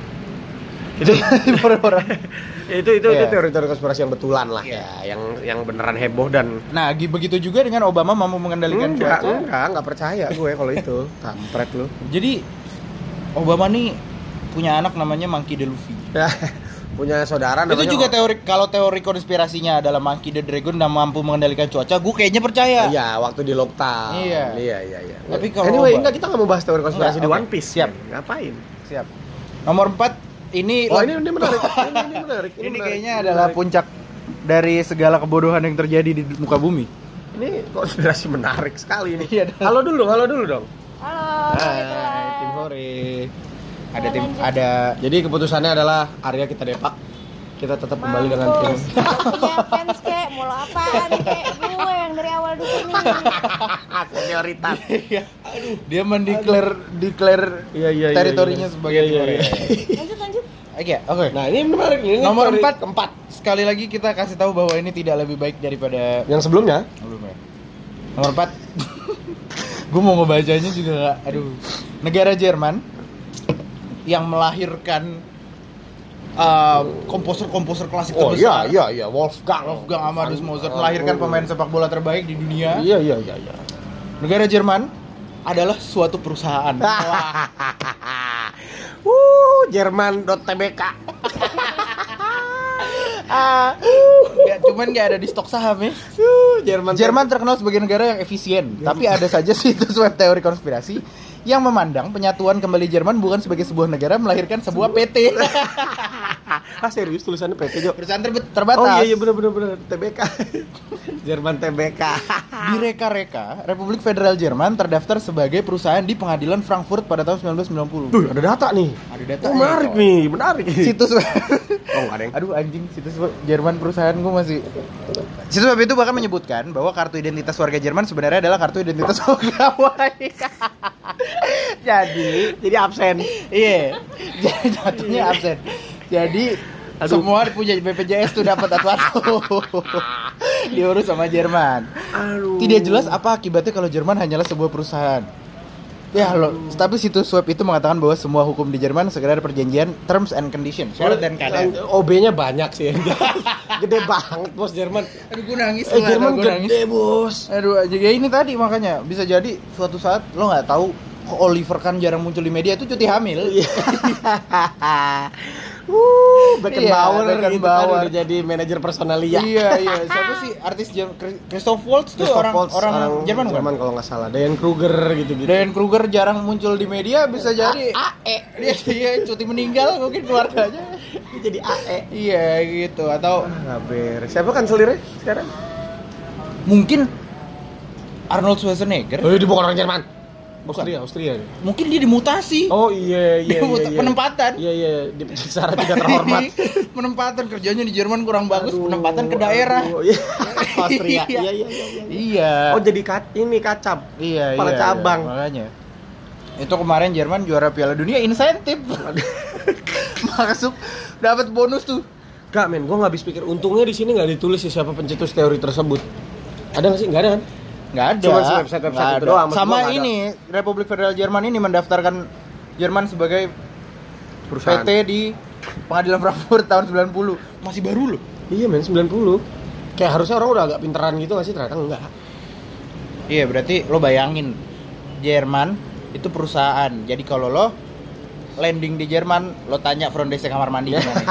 Itu timur orang. itu teori-teori konspirasi yang betulan lah ya, yang beneran heboh dan begitu juga dengan Obama mampu mengendalikan cuaca. Enggak percaya gue kalau itu. Kampret lu. Jadi Obama nih punya anak namanya Monkey D. Luffy. punya saudara Itu namanya juga teori konspirasinya adalah Monkey the Dragon dan mampu mengendalikan cuaca, gue kayaknya percaya. Iya, waktu di lockdown. Iya. Iya. Tapi kalau anyway, enggak, kita nggak mau bahas teori konspirasi Enggak, di oke. One Piece. Siap. Ngapain? Siap. Nomor 4 ini Oh, ini menarik. Ini menarik. ini menarik. kayaknya Ini adalah menarik. puncak dari segala kebodohan yang terjadi di muka bumi. Ini konspirasi menarik sekali ini. Iya. Halo dulu dong. Hai, Halo, kebetulan. tim Hore. Ada Kita tim lanjut. ada Jadi keputusannya adalah Arya kita depak. Kita tetap kembali dengan tim. Mampus. Punya fans kek, mulu apaan kek? Gue yang dari awal di sini. Senioritas. dia declare Iya. teritorinya sebagai tim Hore. Lanjut. Oke. Nah, ini menarik ini. Nomor teori 4 keempat. Sekali lagi kita kasih tahu bahwa ini tidak lebih baik daripada Yang sebelumnya? sebelumnya. Nomor 4 gue mau ngebacanya juga gak, aduh. Negara Jerman yang melahirkan komposer klasik Oh terbesar. iya, Wolfgang Amadeus Mozart melahirkan pemain sepak bola terbaik di dunia. Iya. Negara Jerman adalah suatu perusahaan. Jerman.tbk. Cuman nggak ada di stok saham ya. Jerman terkenal sebagai negara yang efisien, tapi ada saja situs web teori konspirasi yang memandang penyatuan kembali Jerman bukan sebagai sebuah negara, melahirkan sebuah PT. Serius tulisannya PT, Jo? Perusahaan terbatas. Oh iya benar TBK. Jerman TBK. Di reka-reka, Republik Federal Jerman terdaftar sebagai perusahaan di Pengadilan Frankfurt pada tahun 1990. Tuh, ada data nih. Ada data. Oh, menarik. Situs web. Oh, enggak, Deng. Aduh anjing, situs web Jerman perusahaan gue masih. Situs web itu bahkan menyebutkan bahwa kartu identitas warga Jerman sebenarnya adalah kartu identitas pegawai. Jadi absen. iya. Jadi jatuhnya absen. Jadi semua punya BPJS tuh dapat satu-satu. Diurus sama Jerman. Tidak jelas apa akibatnya kalau Jerman hanyalah sebuah perusahaan. Ya lo, tapi situs web itu mengatakan bahwa semua hukum di Jerman sekedar perjanjian terms and conditions, syarat dan keadaan. OB-nya banyak sih. Gede banget bos Jerman. Aduh gue nangis Jerman gue gede bos. Aduh aja ya ini tadi makanya bisa jadi suatu saat lo nggak tahu kok Oliver kan jarang muncul di media itu cuti hamil. Beckenbauer gitu kan Beckenbauer. udah jadi manajer personalia. Iya. Siapa sih artis Christoph Waltz tuh orang Jerman bukan? Kalau nggak salah. Diane Kruger gitu-gitu. Dan Kruger jarang muncul di media bisa jadi dia cuti meninggal mungkin keluarganya. Dia jadi AE. Iya gitu atau Nggak beres. Siapa kanselirnya sekarang? mungkin Arnold Schwarzenegger. Oh, dia bukan orang Jerman. Austria. Mungkin dia dimutasi. Oh iya. Penempatan. Iya, secara tidak terhormat. Penempatan kerjanya di Jerman kurang bagus, penempatan ke daerah. Iya. Austria. Iya. Iya. Oh, jadi kacap. Iya. Kepala cabang. Makanya. Itu kemarin Jerman juara Piala Dunia insentif. Masuk dapat bonus tuh. Gak men, gue nggak habis pikir. Untungnya di sini nggak ditulis siapa pencetus teori tersebut. Ada nggak sih? Nggak ada kan? Nggak ada. Cuma website Nggak itu ada. doang. maksud Sama gua nggak ada. ini Republik Federal Jerman ini mendaftarkan Jerman sebagai Perusahaan. PT di Pengadilan Frankfurt tahun 90. Masih baru loh. Iya men, 90. Kayak harusnya orang udah agak pinteran gitu nggak sih? Ternyata enggak. Iya, berarti lo bayangin Jerman itu perusahaan. Jadi kalau lo landing di Jerman, lo tanya front desk kamar mandi gimana.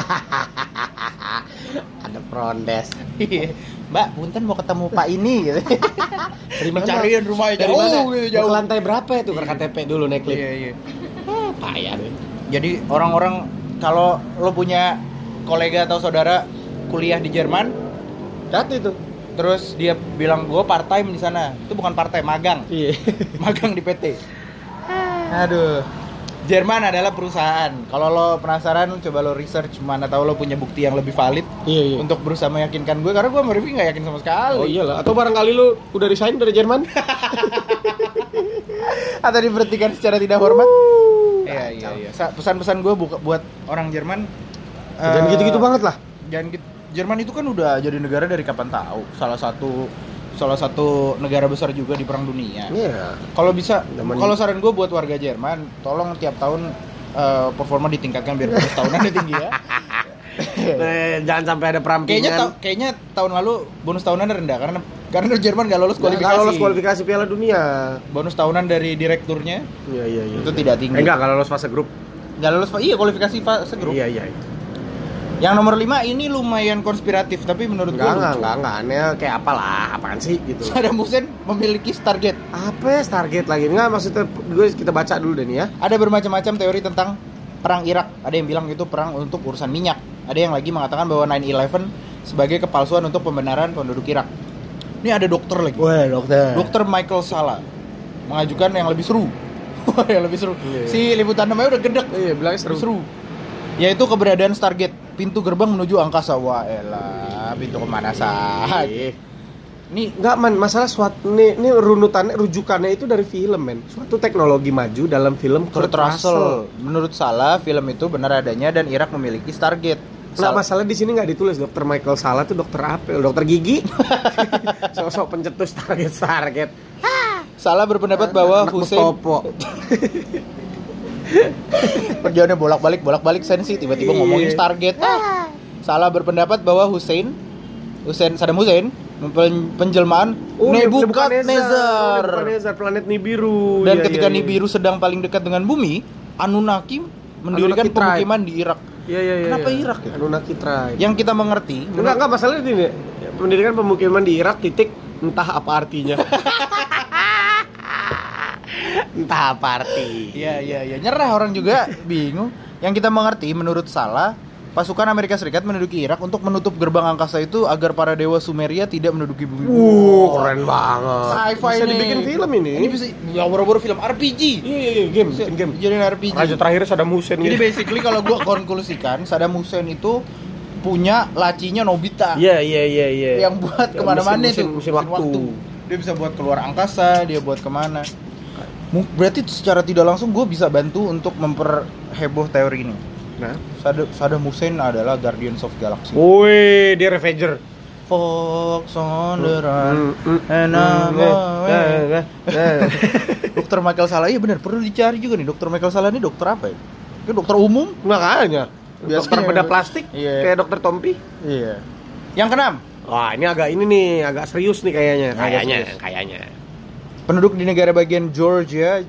Ada prondes. Iya. Mbak, punten mau ketemu Pak ini gitu. Dari mana? Cariin rumahnya Dari jauh, mana? gitu, Mau jauh. ke lantai berapa itu? Ke KTP dulu naik lift. Iya. Payah deh. Jadi orang-orang kalau lo punya kolega atau saudara kuliah di Jerman, Hati itu. terus dia bilang gue part time di sana, itu bukan part time, magang. Iya. Magang di PT. Aduh. Jerman adalah perusahaan. Kalau lo penasaran, coba lo research mana tahu lo punya bukti yang lebih valid Iya. untuk berusaha meyakinkan gue, karena gue sama Rifki nggak yakin sama sekali. Oh iyalah. Atau barangkali lu udah resign dari Jerman? Atau diberhentikan secara tidak hormat. Iya. Pesan-pesan gue buat orang Jerman. Jangan gitu-gitu banget lah. Jerman itu kan udah jadi negara dari kapan tahu. Salah satu negara besar juga di Perang Dunia. Iya. Kalau bisa, Zaman- kalau saran gue buat warga Jerman, tolong tiap tahun performa ditingkatkan biar bonus tahunannya tinggi ya. Jangan sampai ada perampingan. Kayaknya tahun lalu bonus tahunan rendah karena Jerman nggak lolos kualifikasi. Kalau lolos kualifikasi Piala Dunia. Bonus tahunan dari direkturnya Iya. itu tidak tinggi. Enggak, kalau lolos fase grup. Nggak lolos, iya kualifikasi fase grup. Iya. Yang nomor 5 ini lumayan konspiratif tapi menurut gue Enggak aneh kayak apalah, apaan sih gitu. Saddam Hussein memiliki Stargate. Apa ya Stargate lagi? Enggak, maksudnya kita baca dulu deh nih ya. Ada bermacam-macam teori tentang perang Irak. Ada yang bilang itu perang untuk urusan minyak. Ada yang lagi mengatakan bahwa 9/11 sebagai kepalsuan untuk pembenaran penduduk Irak. Ini ada dokter lagi. Wah, dokter. Dokter Michael Salla mengajukan yang lebih seru. Yang lebih seru. Iya. Si liputan namanya udah gedek. Iya, bilangnya seru. Yaitu keberadaan Stargate, pintu gerbang menuju angkasa. Wah, elah, pintu kemana saja? Ini enggak man, masalah suatu ini rujukannya itu dari film men. Suatu teknologi maju dalam film Kurt Russell. Menurut Salla, film itu benar adanya dan Irak memiliki Stargate. Nah, masalah di sini nggak ditulis dokter Michael Salla tuh dokter apa? Dokter gigi. Sosok pencetus Stargate. Salla berpendapat bahwa Anak Hussein Mustopo. perjalanannya bolak-balik sensi tiba-tiba ngomongin Stargate. Salla berpendapat bahwa Saddam Hussein penjelmaan Nebukadnezar. Planet Nibiru. Dan ketika Nibiru sedang paling dekat dengan bumi, Anunnaki mendirikan Anunnaki pemukiman di Irak. Iya. Kenapa Irak ya? Anunnaki tribe. Yang kita mengerti, Enggak masalah ini. Mendirikan pemukiman di Irak entah apa artinya. Entah apa arti. Iya, nyerah orang juga bingung. Yang kita mengerti menurut Salla, pasukan Amerika Serikat menduduki Irak untuk menutup gerbang angkasa itu agar para dewa Sumeria tidak menduduki bumi. Keren banget. Sci-fi bisa nih. dibikin film ini. Ini bisa ya boro-boro film RPG. Iya, bikin game. Jadi RPG. Raja terakhir Saddam Hussein. Jadi gitu. basically kalau gua konklusikan, Saddam Hussein itu punya lacinya Nobita. Iya. Yang buat kemana-mana itu mesin waktu. Dia bisa buat keluar angkasa, dia buat kemana. Berarti secara tidak langsung gue bisa bantu untuk memperheboh teori ini. Nah, Saddam Hussein adalah Guardians of Galaxy. woi, dia Revenger. Fox on the run and I'm away. Dokter Michael Salla, iya benar, perlu dicari juga nih. Dokter Michael Salla ini dokter apa ya? Itu dokter umum? Makanya. Dokter Biasanya. bedah plastik, Iya. kayak dokter Tompi. Iya. Yang keenam, Wah, ini agak serius nih kayaknya. Agak serius. Kayaknya. penduduk di negara bagian Georgia.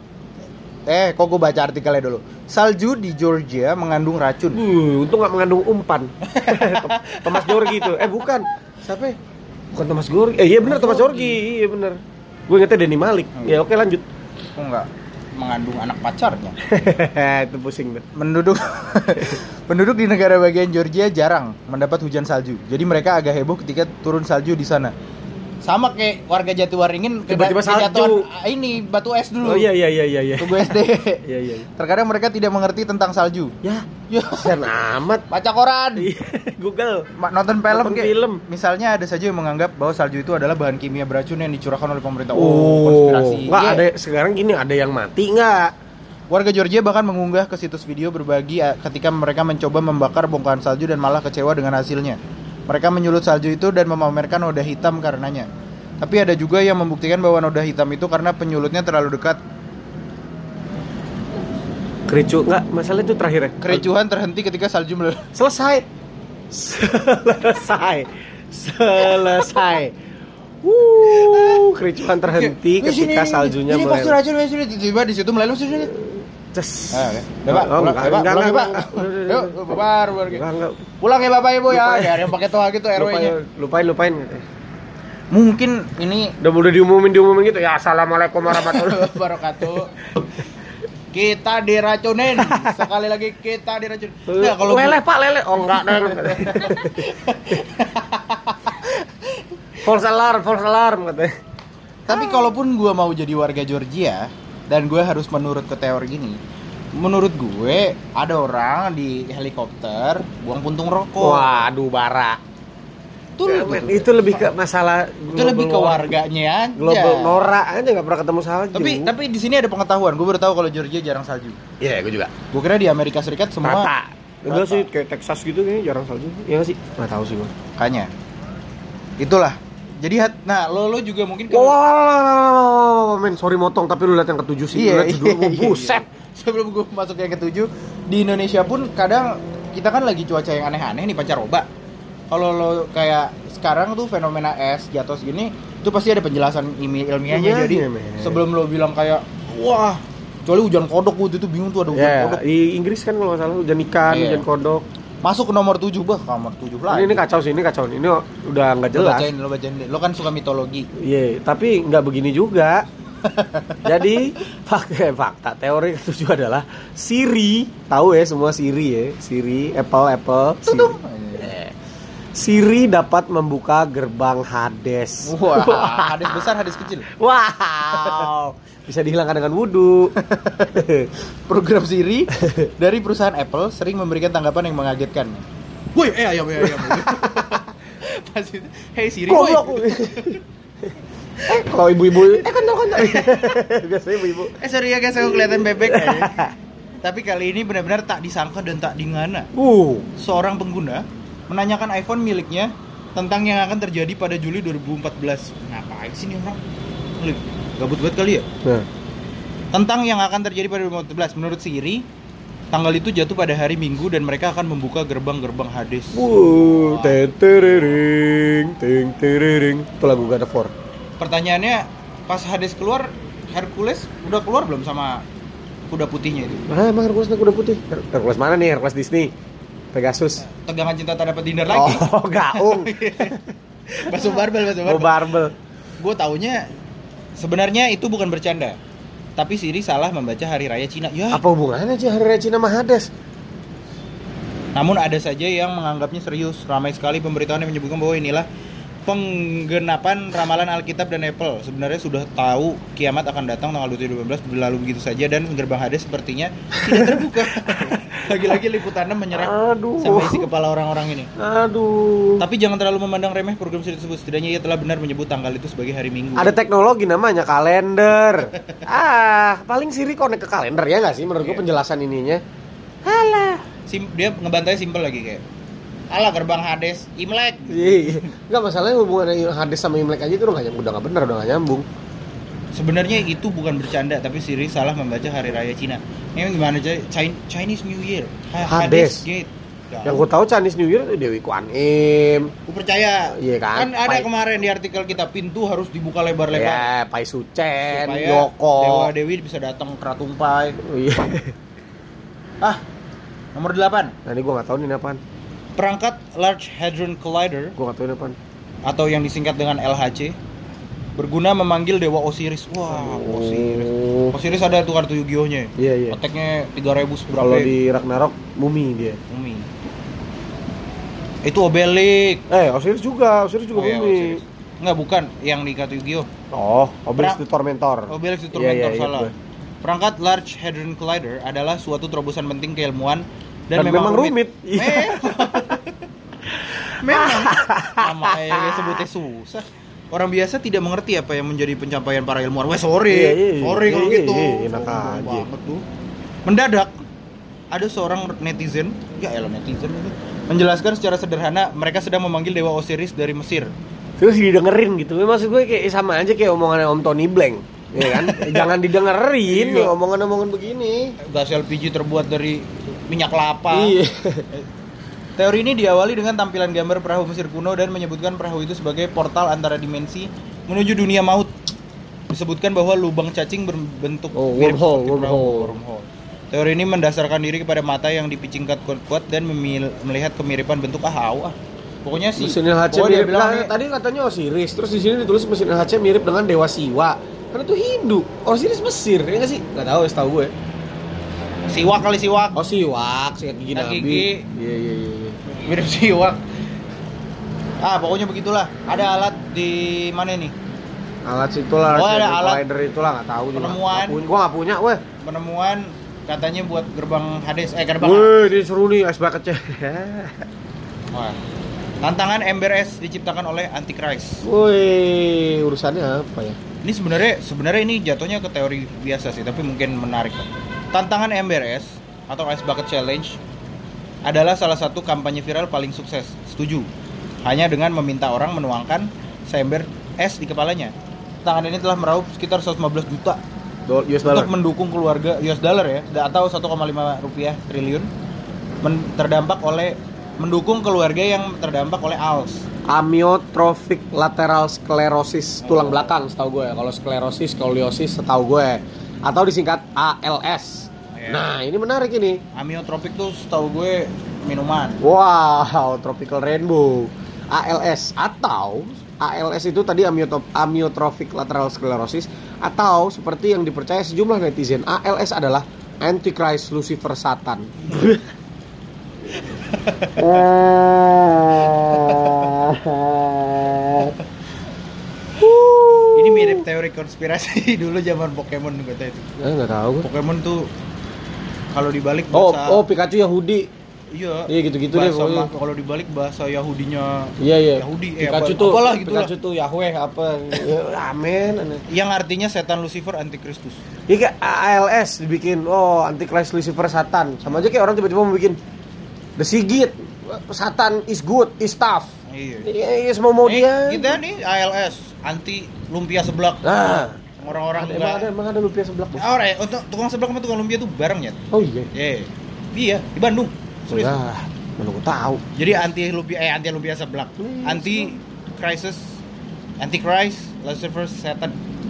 Kok gue baca artikelnya dulu. Salju di Georgia mengandung racun. Untung nggak mengandung umpan. Thomas Jorgi itu. Bukan. Siapa ya? Bukan Thomas Jorgi. Iya benar Thomas Jorgi. Iya benar. Gue ingetnya Denny Malik. Ya oke lanjut. Kok nggak mengandung anak pacarnya? Itu pusing deh. Penduduk di negara bagian Georgia jarang mendapat hujan salju. Jadi mereka agak heboh ketika turun salju di sana. Sama kayak warga Jatiwaringin Tiba-tiba salju. Ini batu es dulu. Oh iya. Tunggu SD. Iya. Terkadang mereka tidak mengerti tentang salju. Ya, Ya, kasihan amat. baca koran. Google. Nonton film Nonton kayak. film. Misalnya ada saja yang menganggap bahwa salju itu adalah bahan kimia beracun yang dicurahkan oleh pemerintah. Nggak Konspirasi. Iya. ada sekarang gini, ada yang mati nggak? Warga Georgia bahkan mengunggah ke situs video berbagi ketika mereka mencoba membakar bongkahan salju dan malah kecewa dengan hasilnya. Mereka menyulut salju itu dan memamerkan noda hitam karenanya. Tapi ada juga yang membuktikan bahwa noda hitam itu karena penyulutnya terlalu dekat. Kericu nggak? Masalah itu terakhir ya. Kericuhan terhenti ketika salju meletus. Selesai. Kericuhan terhenti ketika saljunya ini pasti meleleh. racun, ini tiba-tiba di situ meleleh sini. Ces. Udah Pak, pulang ya Pak, pulang ya Pak. Yuk, bubar. Enggak. Pulang ya Bapak Ibu ya. Lupa ya. Ya, yang pakai toa gitu RW-nya. Lupain. Mungkin ini Udah diumumin gitu. Ya, assalamualaikum warahmatullahi wabarakatuh. Kita diracunin. Sekali lagi kita diracunin. Ya, kalau leleh Pak, leleh. Oh enggak deh. False alarm katanya. Tapi kalaupun gue mau jadi warga Georgia dan gue harus menurut ke teori gini, menurut gue ada orang di helikopter buang puntung rokok. Waduh, bara. Itu lebih ke masalah Itu lebih ke warganya aja. Global norak aja nggak pernah ketemu salju. Tapi di sini ada pengetahuan. Gue baru tahu kalau Georgia jarang salju. Iya, gue juga. Gue kira di Amerika Serikat semua Rata. Enggak sih, kayak Texas gitu kayaknya jarang salju. Iya nggak sih? Nggak tahu sih gue. Kayaknya. Itulah. Jadi nah lo juga mungkin Wow, men, sorry motong tapi lu lihat yang ketujuh sih. Iya, Buset. Sebelum gue masuk yang ketujuh, di Indonesia pun kadang kita kan lagi cuaca yang aneh-aneh nih, pancaroba. Kalau lo kayak sekarang tuh fenomena es jatuh segini, itu pasti ada penjelasan ilmiahnya. Jadi sebelum lo bilang kayak wah, kecuali hujan kodok, waktu itu bingung tuh ada hujan kodok. Di Inggris kan kalau nggak salah hujan ikan, hujan kodok. Masuk ke nomor 7, nomor 7 lah. Ini kacau sih, ini kacau. Ini udah nggak jelas. Lo bacain deh. Lo kan suka mitologi. Iya, tapi nggak begini juga. Jadi fakta teori ketujuh adalah Siri, tahu ya semua Siri ya, Siri, Apple, Siri. Siri dapat membuka gerbang Hades. Wah, Hades besar, Hades kecil. Wow, bisa dihilangkan dengan wudhu. Program Siri dari perusahaan Apple sering memberikan tanggapan yang mengagetkan. Woi, ayam. Pas itu, hey Siri, woi. Kalau ibu-ibu, kontol. Biasanya ibu-ibu. Sorry ya guys, aku kelihatan bebek. Tapi kali ini benar-benar tak disangka dan tak dingana. Seorang pengguna menanyakan iPhone miliknya tentang yang akan terjadi pada Juli 2014. Ngapain sih nih orang? Gabut banget kali ya? Nah. Tentang yang akan terjadi pada 2014. Menurut Siri, tanggal itu jatuh pada hari Minggu dan mereka akan membuka gerbang-gerbang Hades. Ting. Itu lagu God of War. Pertanyaannya, pas Hades keluar, Hercules udah keluar belum sama kuda putihnya itu? Emang Hercules kuda putih? Hercules mana nih? Hercules Disney? Pegasus? Tegangan cinta tak dapat dihindar lagi. Oh, gaung. Bakso barbel. Gue taunya sebenarnya itu bukan bercanda. Tapi Siri salah membaca Hari Raya Cina. Ya. Apa hubungannya sih Hari Raya Cina sama Hades? Namun ada saja yang menganggapnya serius. Ramai sekali pemberitahuan yang menyebutkan bahwa inilah penggenapan ramalan Alkitab dan Apple. Sebenarnya sudah tahu kiamat akan datang tanggal 2012, berlalu begitu saja dan gerbang Hades sepertinya tidak terbuka. Lagi-lagi liputannya menyerang sampai isi kepala orang-orang ini. Tapi jangan terlalu memandang remeh program Siri tersebut. Setidaknya ia telah benar menyebut tanggal itu sebagai hari Minggu. Ada teknologi namanya kalender. Paling Siri connect ke kalender ya nggak sih menurut gue penjelasan ininya. Halah. Dia ngebantainya simpel lagi kayak alah gerbang Hades, Imlek. Iya. Enggak masalahnya hubungan Hades sama Imlek aja itu udah nggak benar, udah nggak nyambung. Sebenarnya itu bukan bercanda, tapi Siri salah membaca Hari Raya Cina. Ini gimana aja? Chinese New Year. Hades Gate. Yang gue tahu Chinese New Year itu Dewi Kuan Im. Gue percaya. Iya kan? Kan ada kemarin di artikel kita pintu harus dibuka lebar-lebar. Pai Sucen, supaya Yoko, Dewa Dewi bisa datang ke Ratumpai. Iya. Nomor 8. Nah ini gue nggak tahu nih apaan. Perangkat Large Hadron Collider, gue nggak tahu ini apaan, atau yang disingkat dengan LHC, berguna memanggil dewa Osiris. Osiris ada tuh kartu Yu-Gi-Oh-nya. Iya. Attack-nya 3000 berapa? Kalau di Ragnarok mumi dia. Mumi. Itu Obelix. Osiris juga mumi. Osiris. Enggak, bukan yang di kartu Yu-Gi-Oh. Obelix itu Tormentor. Obelix itu Tormentor, salah. Iya. Perangkat Large Hadron Collider adalah suatu terobosan penting keilmuan dan memang rumit. Memang namanya sebutnya susah. Orang biasa tidak mengerti apa yang menjadi pencapaian para ilmuwan. Sorry kalau gitu. Enak aja. Mendadak ada seorang netizen itu menjelaskan secara sederhana mereka sedang memanggil dewa Osiris dari Mesir. Terus didengerin gitu. Maksud gue kayak sama aja kayak omongannya Om Tony Blank. Ya kan? Jangan didengerin nih omongan-omongan begini. Gas LPG terbuat dari minyak kelapa. Iya. Teori ini diawali dengan tampilan gambar perahu Mesir kuno dan menyebutkan perahu itu sebagai portal antara dimensi menuju dunia maut. Disebutkan bahwa lubang cacing berbentuk wormhole. Teori ini mendasarkan diri kepada mata yang dipicingkan kuat-kuat dan melihat kemiripan bentuk Pokoknya sih. Mesin LHC mirip. Tadi katanya Osiris, terus di sini ditulis mesin LHC mirip dengan dewa Siwa. Karena itu Hindu. Osiris Mesir, ya nggak sih? Nggak tahu, setahu gue. Siwak. Siwak, sikat gigi Nabi. Iya. Mirip siwak. Pokoknya begitulah. Ada alat di mana nih? Alat situlah. Ada alat collider itulah, nggak tahu juga. Penemuan. Gua nggak punya, weh. Penemuan katanya buat gerbang Hades. Gerbang. Wih, ini seru nih ice bucket-nya. Tantangan Ember S diciptakan oleh Antichrist. Wih, urusannya apa ya? Ini sebenarnya ini jatuhnya ke teori biasa sih, tapi mungkin menarik. Tantangan Ember S atau Ice Bucket Challenge adalah salah satu kampanye viral paling sukses. Setuju. Hanya dengan meminta orang menuangkan seember es di kepalanya. Tantangan ini telah meraup sekitar 115 juta US dollar untuk mendukung keluarga US dollar ya, atau 1,5 rupiah triliun mendukung keluarga yang terdampak oleh ALS. Amyotrophic lateral sclerosis tulang belakang setahu gue. Kalau sklerosis, skoliosis setahu gue, atau disingkat ALS. Nah, ini menarik ini. Amyotrophic tuh setahu gue minuman. Wow, Tropical Rainbow. ALS atau ALS itu tadi amyotrophic lateral sclerosis, atau seperti yang dipercaya sejumlah netizen, ALS adalah Antichrist Lucifer Satan. Ini mirip teori konspirasi dulu zaman Pokemon kata itu. Nggak tahu. Pokemon tuh kalau dibalik Oh, bahasa Pikachu Yahudi. iya. Iya gitu-gitu deh bahasa pokoknya. Kalau dibalik bahasa Yahudinya Iya. Yahudi Pikachu apa, tuh apalah gitu Pikachu tuh Yahweh apa. Ya, amin. yang artinya setan Lucifer antikristus. Iya kayak ALS dibikin Antichrist Lucifer Satan. Sama aja kayak orang tiba-tiba mau bikin The Sigit Satan is good, is tough. Iya. Iya, semua mau dia. Kita nih ALS anti lumpia seblak. Nah, Orang-orang emang ada lumpia seblak, Bos. untuk tukang seblak sama tukang lumpia tuh bareng ya. Oh iya. Iya, di Bandung. Serius. Udah, mana gua tahu. Jadi anti lumpia seblak. Anti Christ, Lucifer, setan.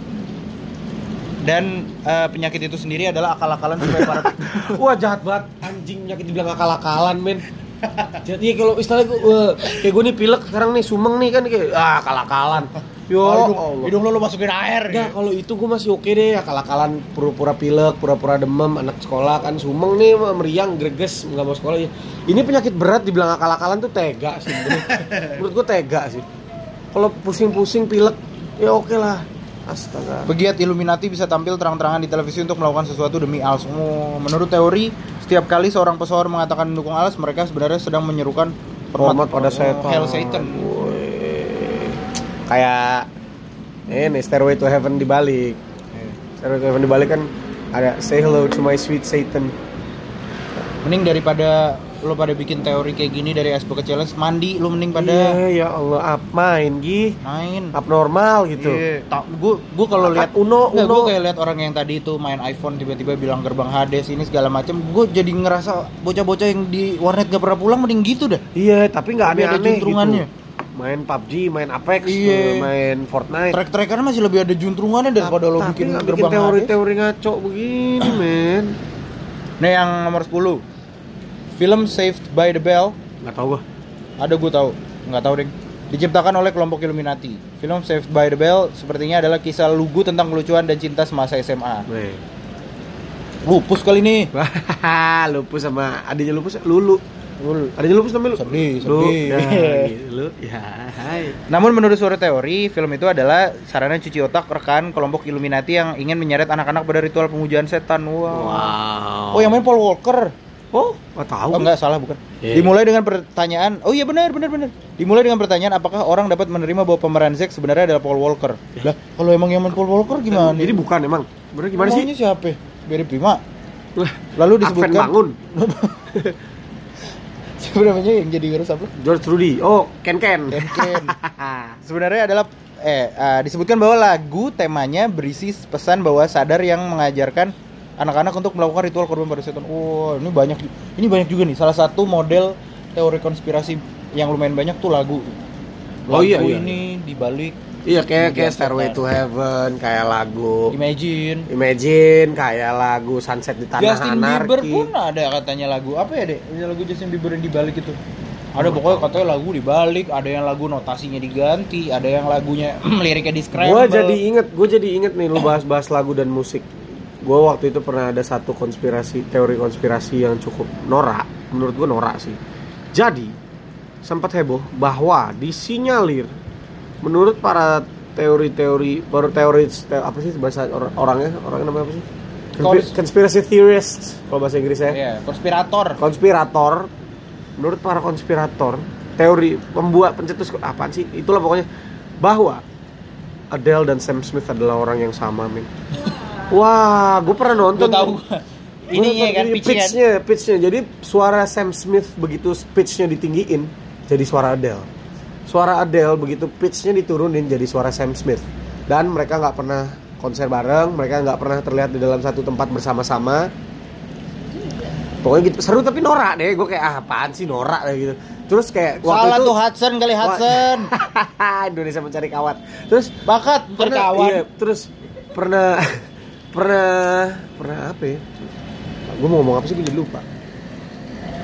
Dan penyakit itu sendiri adalah akal-akalan supaya para Wah, jahat banget anjing, penyakit dibilang akal-akalan, men. Jadi kalau istilahnya kayak gue nih pilek sekarang nih sumeng nih kan kayak akal-akalan. Yo, hidung lo masukin air. Nah, kalau itu gue masih oke deh, akal-akalan pura-pura pilek, pura-pura demam, anak sekolah kan sumeng nih meriang greges nggak mau sekolah ya. Ini penyakit berat dibilang akal-akalan tuh tega sih. Menurut gue tega sih. Kalau pusing-pusing pilek ya oke lah. Astaga. Pegiat Illuminati bisa tampil terang-terangan di televisi untuk melakukan sesuatu demi ALS. Menurut teori, setiap kali seorang pesohor mengatakan mendukung ALS, mereka sebenarnya sedang menyerukan Hormat pada setan. Hail Satan. Kayak ini Stairway to Heaven dibalik. Stairway to Heaven dibalik kan ada Say hello to my sweet Satan. Mending daripada lo pada bikin teori kayak gini dari Ice Bucket Challenge, mandi lo mending pada ya Allah, main abnormal gitu. Gue kalau lihat Uno. Gue kayak lihat orang yang tadi itu main iPhone tiba-tiba bilang gerbang HD ini segala macam, gue jadi ngerasa bocah-bocah yang di warnet gak pernah pulang mending gitu dah. Iya, tapi nggak Ada aneh-aneh juntrungannya. gitu. Main PUBG, main Apex, Iya. main Fortnite. Track-trackernya masih lebih ada juntrungannya daripada lo Tapi bikin nggak gerbang HD. teori-teori ngaco begini, men. Nah, yang nomor 10. Film Saved by the Bell. Nggak tahu gua. Ada gue tahu, nggak tahu deh. Diciptakan oleh kelompok Illuminati. Film Saved by the Bell sepertinya adalah kisah lugu tentang kelucuan dan cinta semasa SMA. Lupus kali ini. Lupus sama adiknya Lupus, Lulu. Adiknya Lupus namanya Sedih. Lu. Ya, hai. Namun menurut suatu teori, film itu adalah sarana cuci otak rekan kelompok Illuminati yang ingin menyeret anak-anak pada ritual pemujaan setan. Wow. Oh, yang main Paul Walker. Oh, nggak tahu. Oh, enggak, salah bukan. Yeah. Dimulai dengan pertanyaan. Oh iya benar. Dimulai dengan pertanyaan apakah orang dapat menerima bahwa pemeran Zack sebenarnya adalah Paul Walker. Lah, kalau emang yang main Paul Walker gimana? Jadi bukan emang. Bener gimana sih? Namanya siapa? Barry Prima. Lalu disebutkan Advent Bangun. Siapa namanya yang jadi virus apa? George Rudy. Oh, Ken. Sebenarnya adalah disebutkan bahwa lagu temanya berisi pesan bahwa sadar yang mengajarkan anak-anak untuk melakukan ritual korban pada setan. Oh, ini banyak juga nih. Salah satu model teori konspirasi yang lumayan banyak tuh lagu. Iya. Ini dibalik. Iya, kayak Stairway to Heaven, kayak lagu Imagine, kayak lagu Sunset di Tanah Justin Anarki. Bieber pun ada katanya lagu. Apa ya, Dek? Ada lagu Justin Bieber yang dibalik itu. Ada pokoknya katanya lagu dibalik, ada yang lagu notasinya diganti, ada yang lagunya liriknya di scramble. Gue jadi inget nih lu bahas lagu dan musik. Gue waktu itu pernah ada satu teori konspirasi yang cukup norak. Menurut gue norak sih. Jadi sempat heboh bahwa disinyalir menurut para teori apa sih bahasa orangnya namanya apa sih? Conspiracy theorists kalau bahasa Inggrisnya. Iya, konspirator. Menurut para konspirator, teori pembuat pencetus apaan sih? Itulah pokoknya bahwa Adele dan Sam Smith adalah orang yang sama, men. Wah, gue pernah nonton. Gue tahu. Ini ya kan pitchnya. Jadi suara Sam Smith begitu pitchnya ditinggiin jadi suara Adele. Suara Adele begitu pitchnya diturunin jadi suara Sam Smith. Dan mereka nggak pernah konser bareng, mereka nggak pernah terlihat di dalam satu tempat bersama-sama. Pokoknya gitu seru tapi norak deh. Gue kayak apaan sih norak kayak gitu. Terus kayak waktu salah itu tuh Hudson. Indonesia mencari kawan. Terus bakat berkawan. Iya, terus pernah apa ya? Gue mau ngomong apa sih, gue jadi lupa.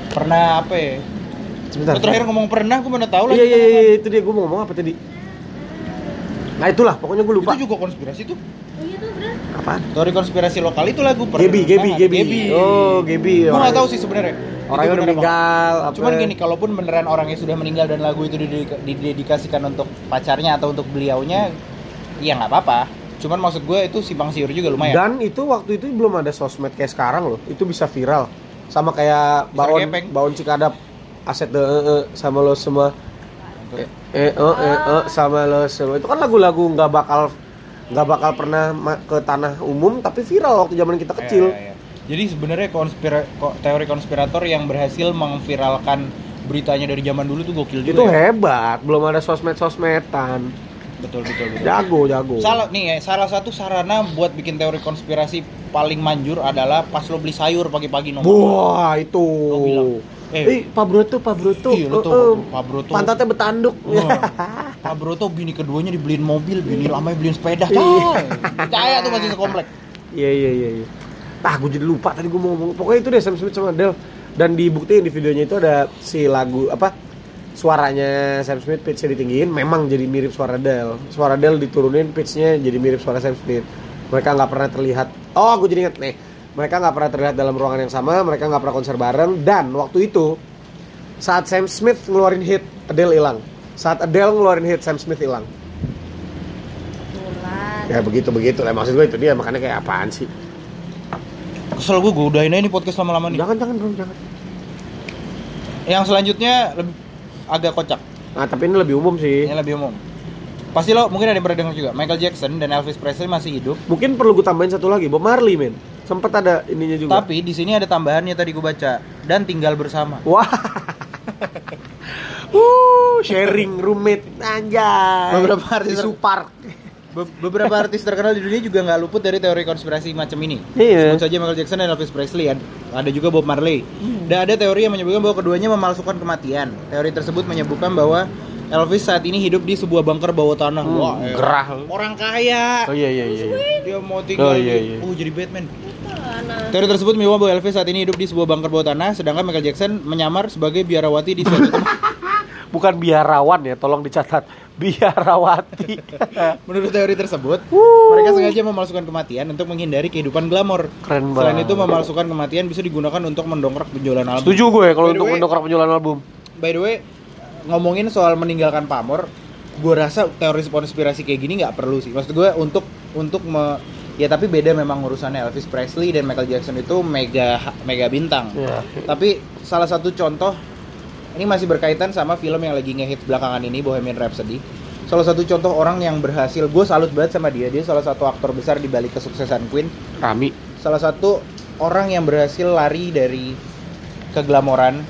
Pernah apa ya? Sebentar. Lu terakhir ngomong pernah, gue mana tahu lagi. Iya, itu dia gue mau ngomong apa tadi. Nah itulah, pokoknya gue lupa. Itu juga konspirasi tuh. Oh iya tuh bener. Apaan? Teori konspirasi lokal itu lagu pernah. Gebi. Oh, Gebi. Gue nggak tahu sih sebenarnya. Orangnya udah meninggal. Cuman gini, kalaupun beneran orangnya sudah meninggal dan lagu itu didedikasikan untuk pacarnya atau untuk beliaunya, ya nggak apa-apa. Cuman maksud gue itu simpang siur juga lumayan. Dan itu waktu itu belum ada sosmed kayak sekarang loh. Itu bisa viral. Sama kayak Baon Cikadap, Aset sama lo semua. Sama lo semua. Itu kan lagu-lagu nggak bakal pernah ke tanah umum tapi viral waktu zaman kita kecil. Ya. Jadi sebenarnya teori konspirator yang berhasil mengviralkan beritanya dari zaman dulu tuh gokil juga. Itu hebat, belum ada sosmed-sosmedan. Betul. Jago. Salah satu sarana buat bikin teori konspirasi paling manjur adalah pas lo beli sayur pagi-pagi nomor. Wah, itu. Lo bilang, Pak Broto. Iya, lo tuh, Pak Broto. Pantatnya betanduk. Pak Broto bini keduanya dibeliin mobil, bini lamanya beliin sepeda. Percaya tuh masih sekomplek. Iya. Gue jadi lupa tadi gue mau ngomong. Pokoknya itu deh Sam Smith sama Adele. Dan dibuktiin di videonya itu ada si lagu suaranya Sam Smith pitch-nya ditinggiin, memang jadi mirip suara Adele. Suara Adele diturunin pitch-nya jadi mirip suara Sam Smith. Mereka nggak pernah terlihat. Oh, gue jadi inget nih. Mereka nggak pernah terlihat dalam ruangan yang sama. Mereka nggak pernah konser bareng. Dan waktu itu saat Sam Smith ngeluarin hit, Adele hilang. Saat Adele ngeluarin hit, Sam Smith hilang. Ya begitu lah. Maksud gue itu dia, makanya kayak apaan sih? Kesel gue udahin aja nih podcast lama-lama nih. Jangan bro, jangan. Yang selanjutnya agak kocak. Nah, tapi ini lebih umum sih. Ini lebih umum. Pasti lo mungkin ada yang pernah dengar juga. Michael Jackson dan Elvis Presley masih hidup. Mungkin perlu gue tambahin satu lagi, Bob Marley, men. Sempat ada ininya juga. Tapi di sini ada tambahannya tadi gue baca, dan tinggal bersama. Wah. Sharing roommate anjay. Beberapa artis di Supark. Beberapa artis terkenal di dunia juga nggak luput dari teori konspirasi macam ini. Iya. Sebut saja Michael Jackson dan Elvis Presley, ada juga Bob Marley. Dan ada teori yang menyebutkan bahwa keduanya memalsukan kematian. Teori tersebut menyebutkan bahwa Elvis saat ini hidup di sebuah bunker bawah tanah. Wah, gerah. Orang kaya. Oh iya. Dia mau tinggal jadi Batman. Teori tersebut menyebutkan bahwa Elvis saat ini hidup di sebuah bunker bawah tanah, sedangkan Michael Jackson menyamar sebagai biarawati di suatu tempat. Bukan biarawan ya, tolong dicatat. Biarawati. Menurut teori tersebut, mereka sengaja memalsukan kematian untuk menghindari kehidupan glamor. Keren banget. Selain itu, memalsukan kematian bisa digunakan untuk mendongkrak penjualan album. Setuju gue kalau untuk mendongkrak penjualan album. By the way, ngomongin soal meninggalkan pamor, gue rasa teori konspirasi kayak gini nggak perlu sih. Maksud gue ya tapi beda memang urusannya. Elvis Presley dan Michael Jackson itu mega bintang. Yeah. Tapi salah satu contoh, ini masih berkaitan sama film yang lagi ngehits belakangan ini, Bohemian Rhapsody. Salah satu contoh orang yang berhasil, gue salut banget sama dia. Dia salah satu aktor besar di balik kesuksesan Queen. Rami. Salah satu orang yang berhasil lari dari keglamoran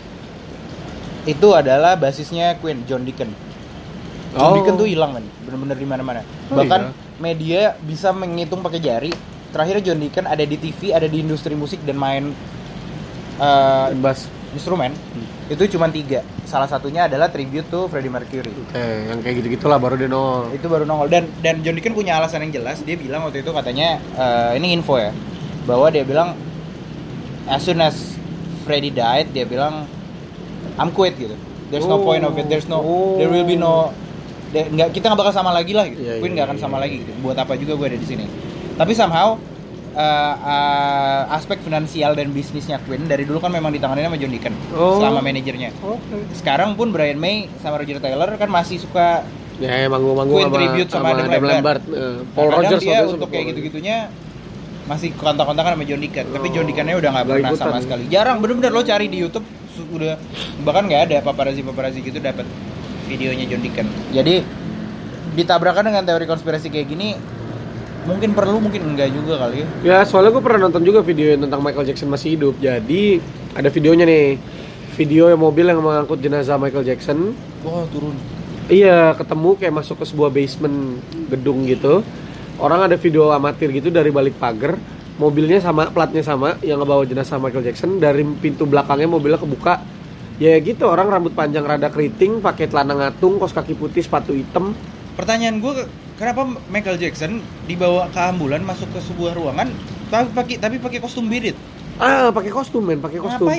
itu adalah basisnya Queen, John Deacon. John Deacon tuh hilang kan, bener-bener di mana-mana. Bahkan media bisa menghitung pakai jari. Terakhirnya John Deacon ada di TV, ada di industri musik dan main bass instrumen. Itu cuma 3. Salah satunya adalah tribute to Freddie Mercury. Yang kayak gitu-gitulah baru dia nongol. Itu baru nongol dan John Deacon punya alasan yang jelas. Dia bilang waktu itu katanya ini info ya, bahwa dia bilang as soon as Freddie died, dia bilang I'm quit gitu. There's no point of it. There will be no kita nggak bakal sama lagi lah gitu. Queen nggak akan sama lagi gitu. Buat apa juga gue ada di sini. Tapi somehow aspek finansial dan bisnisnya Queen dari dulu kan memang ditanganin sama John Deacon selama manajernya. Sekarang pun Brian May sama Roger Taylor kan masih suka manggung-manggung Queen tribute sama Adam Lambert. Paul Rogers dia untuk kayak gitu-gitunya masih kontak-kontakan sama John Deacon. Tapi John Deaconnya udah nggak pernah sama sekali. Jarang, bener-bener lo cari di YouTube udah bahkan nggak ada paparazzi gitu dapat videonya John Deacon. Jadi ditabrakan dengan teori konspirasi kayak gini. Mungkin perlu, mungkin enggak juga kali ya. Ya, soalnya gue pernah nonton juga video tentang Michael Jackson masih hidup. Jadi, ada videonya nih. Video yang mobil yang mengangkut jenazah Michael Jackson. Wah, turun. Iya, ketemu kayak masuk ke sebuah basement gedung gitu. Orang ada video amatir gitu dari balik pagar. Mobilnya sama, platnya sama, yang ngebawa jenazah Michael Jackson. Dari pintu belakangnya mobilnya kebuka. Ya gitu, orang rambut panjang rada keriting, pakai celana ngatung, kaos kaki putih, sepatu hitam. Pertanyaan gue, kenapa Michael Jackson dibawa ke ambulan masuk ke sebuah ruangan tapi pakai kostum birit? Pakai kostum, men, pakai kostum. Ngapain ya?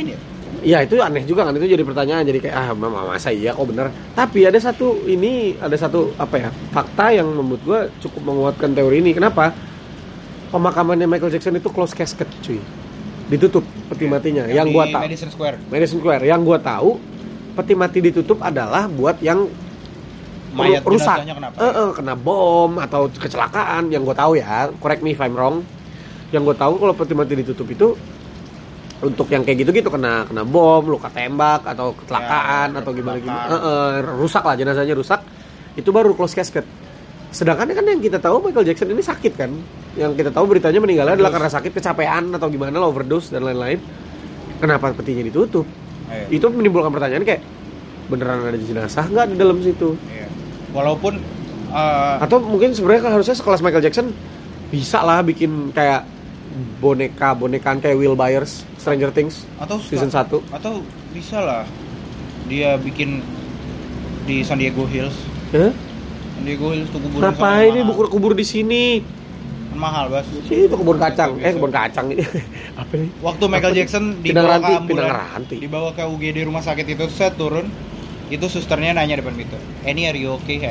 Iya itu aneh juga kan, itu jadi pertanyaan, jadi kayak masa iya kok bener. Tapi ada satu apa ya, fakta yang membuat gue cukup menguatkan teori ini. Kenapa? Pemakamannya Michael Jackson itu close casket cuy, ditutup peti matinya. Yang gue tahu Madison Square. Yang gue tahu peti mati ditutup adalah buat yang mayat rusak, kena bom atau kecelakaan. Yang gue tahu ya, correct me if I'm wrong. Yang gue tahu kalau peti mati ditutup itu untuk yang kayak gitu-gitu, kena bom, luka tembak atau kecelakaan atau gimana rusak lah, jenazahnya rusak, itu baru close casket. Sedangkan kan yang kita tahu Michael Jackson ini sakit kan, yang kita tahu beritanya meninggalnya adalah karena sakit, kecapean atau gimana lah, overdose dan lain-lain. Kenapa petinya ditutup? Itu menimbulkan pertanyaan kayak beneran ada jenazah nggak di dalam situ? Walaupun atau mungkin sebenarnya harusnya sekelas Michael Jackson bisa lah bikin kayak bonekaan kayak Will Byers Stranger Things atau season 1, atau bisa lah dia bikin di San Diego Hills. San Diego Hills tuh kubur. Ngapain ini kubur di sini? Mahal, Bas. Itu kebun kacang. Kebun kacang ini. Apa nih? Waktu Michael Jackson dibawa ke ambulan, dibawa ke UGD rumah sakit itu, set turun. Itu susternya nanya depan pintu, "Any are you okay?"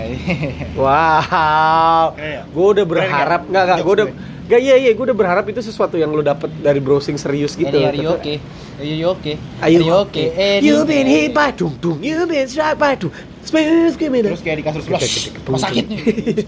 Wow. Gue udah berharap gue udah berharap itu sesuatu yang lo dapet dari browsing serius gitu. Are you okay? Are you okay? Are you okay? You been hit by dung, you been struck by dung. Terus kayak di kasur sebelah, rumah sakit nih.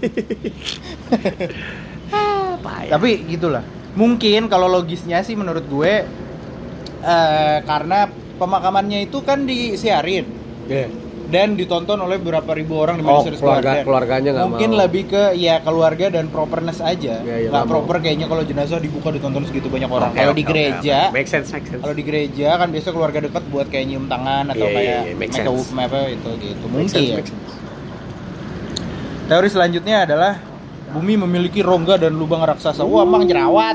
Tapi gitulah. Mungkin kalau logisnya sih menurut gue karena pemakamannya itu kan disiarin. Dan ditonton oleh beberapa ribu orang di Madison Square Garden. Keluarganya nggak mau. Mungkin lebih ke ya keluarga dan properness aja. Nggak proper kayaknya kalau jenazah dibuka ditonton segitu banyak orang. Kalau di gereja, make sense. Kalau di gereja kan biasa keluarga dekat buat kayak nyium tangan atau kayak apa itu gitu. Mungkin ya. Teori selanjutnya adalah bumi memiliki rongga dan lubang raksasa. Wah, emang jerawat.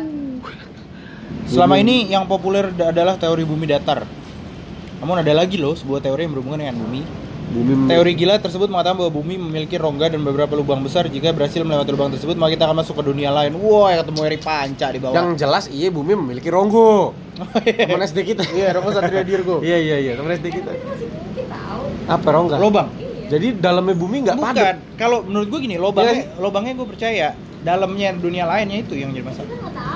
Selama ini yang populer adalah teori bumi datar. Namun ada lagi loh sebuah teori yang berhubungan dengan bumi. Teori gila tersebut mengatakan bahwa bumi memiliki rongga dan beberapa lubang besar. Jika berhasil melewati lubang tersebut, maka kita akan masuk ke dunia lain. Wah, ketemu Eri Panca di bawah. Yang jelas bumi memiliki ronggo. Teman SD kita. Iya, Ronggo Satria Dirgo. Iya, teman SD kita. Apa rongga? Lubang. Jadi dalamnya bumi nggak padat. Bukan. Kalau menurut gue gini, lubangnya gue percaya. Dalamnya dunia lainnya itu yang jadi masalah.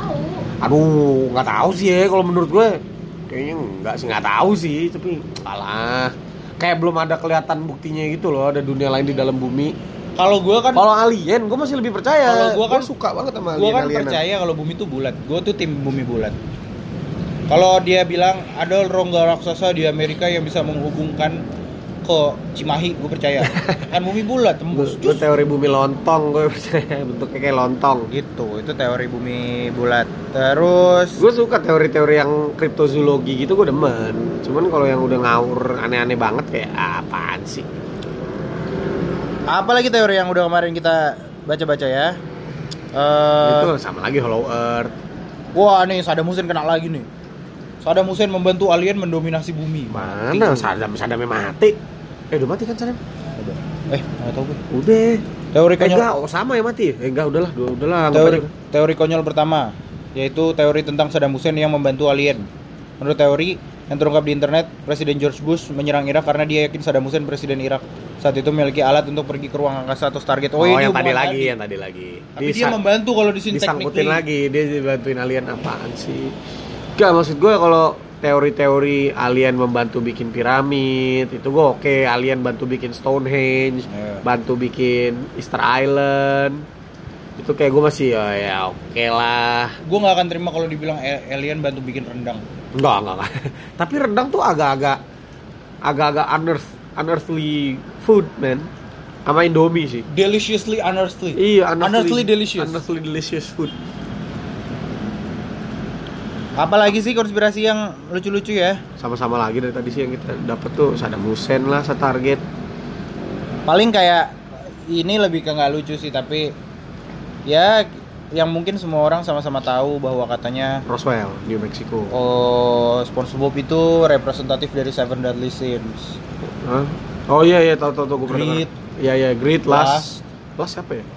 Aduh, nggak tahu sih ya. Kalau menurut gue kayaknya nggak tahu sih. Tapi alah, kayak belum ada kelihatan buktinya gitu loh, ada dunia lain di dalam bumi. Kalau alien, gue masih lebih percaya. Kalau gue kan suka banget sama alien. Gue kan percaya kalau bumi itu bulat. Gue tuh tim bumi bulat. Kalau dia bilang ada rongga raksasa di Amerika yang bisa menghubungkan ke Cimahi, gue percaya. Kan bumi bulat tembus. Gue teori bumi lontong, gue percaya bentuknya kayak lontong. Gitu, itu teori bumi bulat. Terus gue suka teori-teori yang kriptozoologi gitu, gue demen. Cuman kalau yang udah ngawur aneh-aneh banget kayak apaan sih? Apalagi teori yang udah kemarin kita baca-baca ya. Itu sama lagi Hollow Earth. Wah, nih Saddam Hussein kena lagi nih. Saddam Hussein membantu alien mendominasi bumi. Mana Saddamnya mati? Udah mati kan Saddam? Nggak tahu gue. Udah. Teori konyol. Sama ya mati. Udahlah. Teori konyol pertama, yaitu teori tentang Saddam Hussein yang membantu alien. Menurut teori yang terungkap di internet, Presiden George Bush menyerang Irak karena dia yakin Saddam Hussein presiden Irak saat itu memiliki alat untuk pergi ke ruang angkasa atau Stargate. Yang tadi lagi. Tapi dia membantu kalau di sini disangkutin lagi, dia dibantuin alien apaan sih? Gak, maksud gue kalau teori-teori alien membantu bikin piramid itu gue oke. Alien bantu bikin Stonehenge, bantu bikin Easter Island, itu kayak gue masih ya oke lah. Gue nggak akan terima kalau dibilang alien bantu bikin rendang. Enggak. Tapi rendang tuh agak-agak unearthly food, man. Sama Indomie sih. Deliciously unearthly. Iya, unearthly delicious. Unearthly delicious food. Apalagi sih konspirasi yang lucu-lucu ya? Sama-sama lagi dari tadi sih yang kita dapat tuh Saddam Hussein lah target. Paling kayak ini lebih ke nggak lucu sih, tapi ya yang mungkin semua orang sama-sama tahu bahwa katanya Roswell, New Mexico. SpongeBob itu representatif dari Seven Deadly Sins. Hah? Oh iya tahu gue pernah. Grit. Iya Grit, Last siapa ya?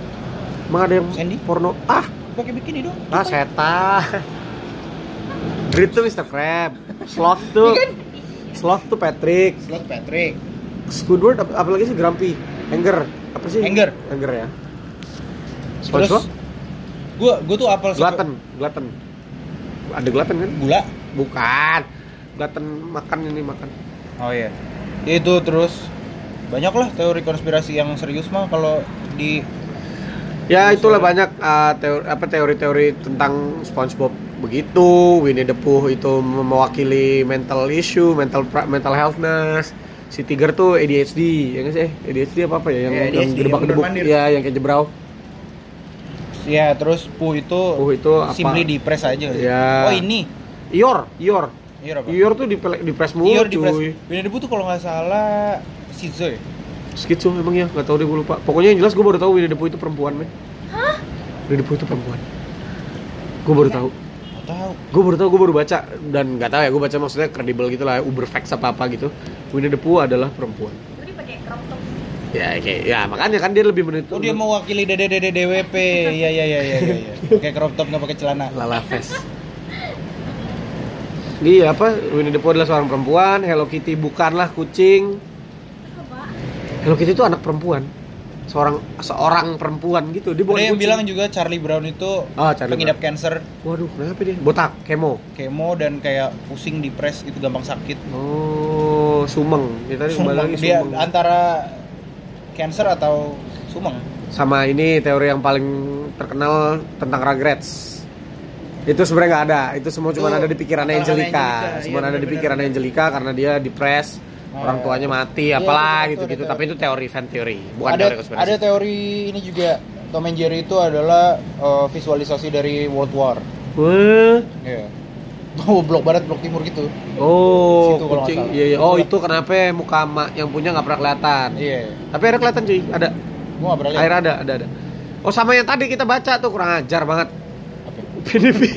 Emang ada yang Sandy? porno? Pakai bikini dong. Setan. Hagrid tuh Mr. Crab. Sloth tuh Patrick. Slot Patrick. Squidward apa lagi sih? Grumpy. Anger. Apa sih? Anger ya. terus SpongeBob? gue tuh apel sih Glutton. Ada Glutton kan? gula. Bukan. Glutton makan. Oh iya. Itu terus banyak lah teori konspirasi yang serius mah kalau di Ya itulah banyak teori-teori tentang SpongeBob begitu, Winnie the Pooh itu mewakili mental issue, mental healthness. Si Tiger tuh ADHD, ya nggak sih? ADHD apa ya? Yang ADHD, gedebak-gedebuk, ya yang kayak jebrau. ya terus Pooh itu apa? simply depres aja. Ya. Oh ini Ior apa? Ior tuh depres mulu, Ior depres. cuy. Winnie the Pooh tuh kalau nggak salah Shizu ya? Skitsu emang ya, nggak tahu deh, gue lupa. Pokoknya yang jelas gue baru tahu Winnie the Pooh itu perempuan, men. Hah? Winnie the Pooh itu perempuan. Gue baru tahu. Gue baru baca dan nggak tahu ya, gue baca maksudnya kredibel gitu lah, Uber Facts apa gitu. Winnie the Pooh adalah perempuan. Jadi pakai crop top. Ya makanya kan dia lebih menit. Oh dia mewakili dede DWP. Iya. Kayak crop top nggak pakai celana. Lala Fest. Iya apa? Winnie the Pooh adalah seorang perempuan. Hello Kitty bukanlah kucing. Hello Kitty itu anak perempuan. Seorang perempuan gitu. Dia bukan Ada yang kucing. bilang juga Charlie Brown itu pengidap cancer. Waduh, kenapa dia? Botak, kemo Dan kayak pusing, depres gitu, gampang sakit. Oh, sumeng. Ya, tadi kembali lagi Dia sumeng. antara cancer atau sumeng. Sama ini teori yang paling terkenal tentang Rugrats. Itu sebenarnya nggak ada. Itu semua cuma ada di pikirannya Angelica. Semua ada di pikirannya Angelica karena dia depres. Orang tuanya mati, apalah gitu-gitu. Tapi itu teori fan teori, bukan teori konspirasi. Ada teori ini juga, Tom and Jerry itu adalah visualisasi dari World War. Wah. Iya. Oh, blok barat, blok timur gitu. Oh, Situ kalau kucing. nggak salah. Iya. Oh, itu kenapa muka emak yang punya nggak pernah kelihatan. Iya. Tapi ada kelihatan cuy, ada. Gua nggak pernah lihat. Air ada. Oh, sama yang tadi kita baca tuh kurang ajar banget. Apa? PDP.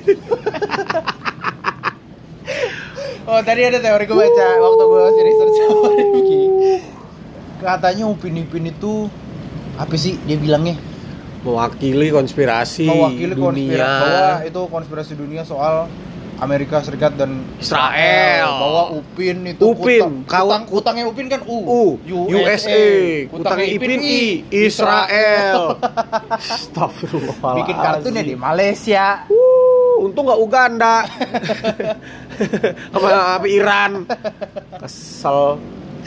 Oh, tadi ada teori gue baca waktu gue masih research sama Rifki. Katanya Upin Ipin itu apa sih dia bilangnya? Mewakili konspirasi dunia. Bahwa itu konspirasi dunia soal Amerika Serikat dan Israel. Bahwa Upin itu utangnya Upin kan USA. Utangnya Ipin Israel. Astagfirullah. Bikin kartunnya di Malaysia. Untung nggak Uganda. Apa Iran. Kesel.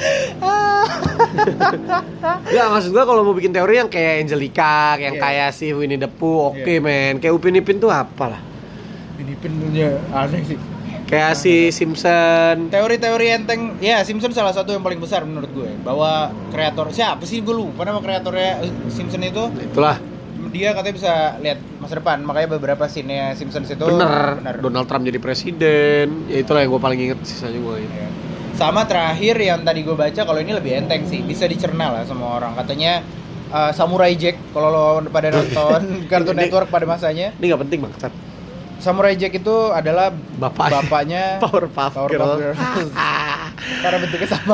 Ya maksud gua kalau mau bikin teori yang kayak Angelica, yang kayak si Winnie the Pooh, oke, men. Kayak Upin Ipin tuh apalah. Upin Ipin punya aneh sih. Kayak si Simpson. Teori-teori enteng, ya Simpson salah satu yang paling besar menurut gue. Bahwa kreator siapa sih, gue lupa nama kreatornya Simpson itu. Itulah. Dia katanya bisa lihat masa depan, makanya beberapa scene-nya Simpsons itu bener. Donald Trump jadi presiden, ya itulah yang gue paling inget, sisanya gue ini. Sama terakhir yang tadi gue baca, kalau ini lebih enteng sih, bisa dicerna lah sama orang. Katanya Samurai Jack, kalau lo pada nonton Cartoon Network pada masanya. Ini nggak penting banget. Samurai Jack itu adalah bapaknya Powerpuff Girls. Karena bentuknya sama.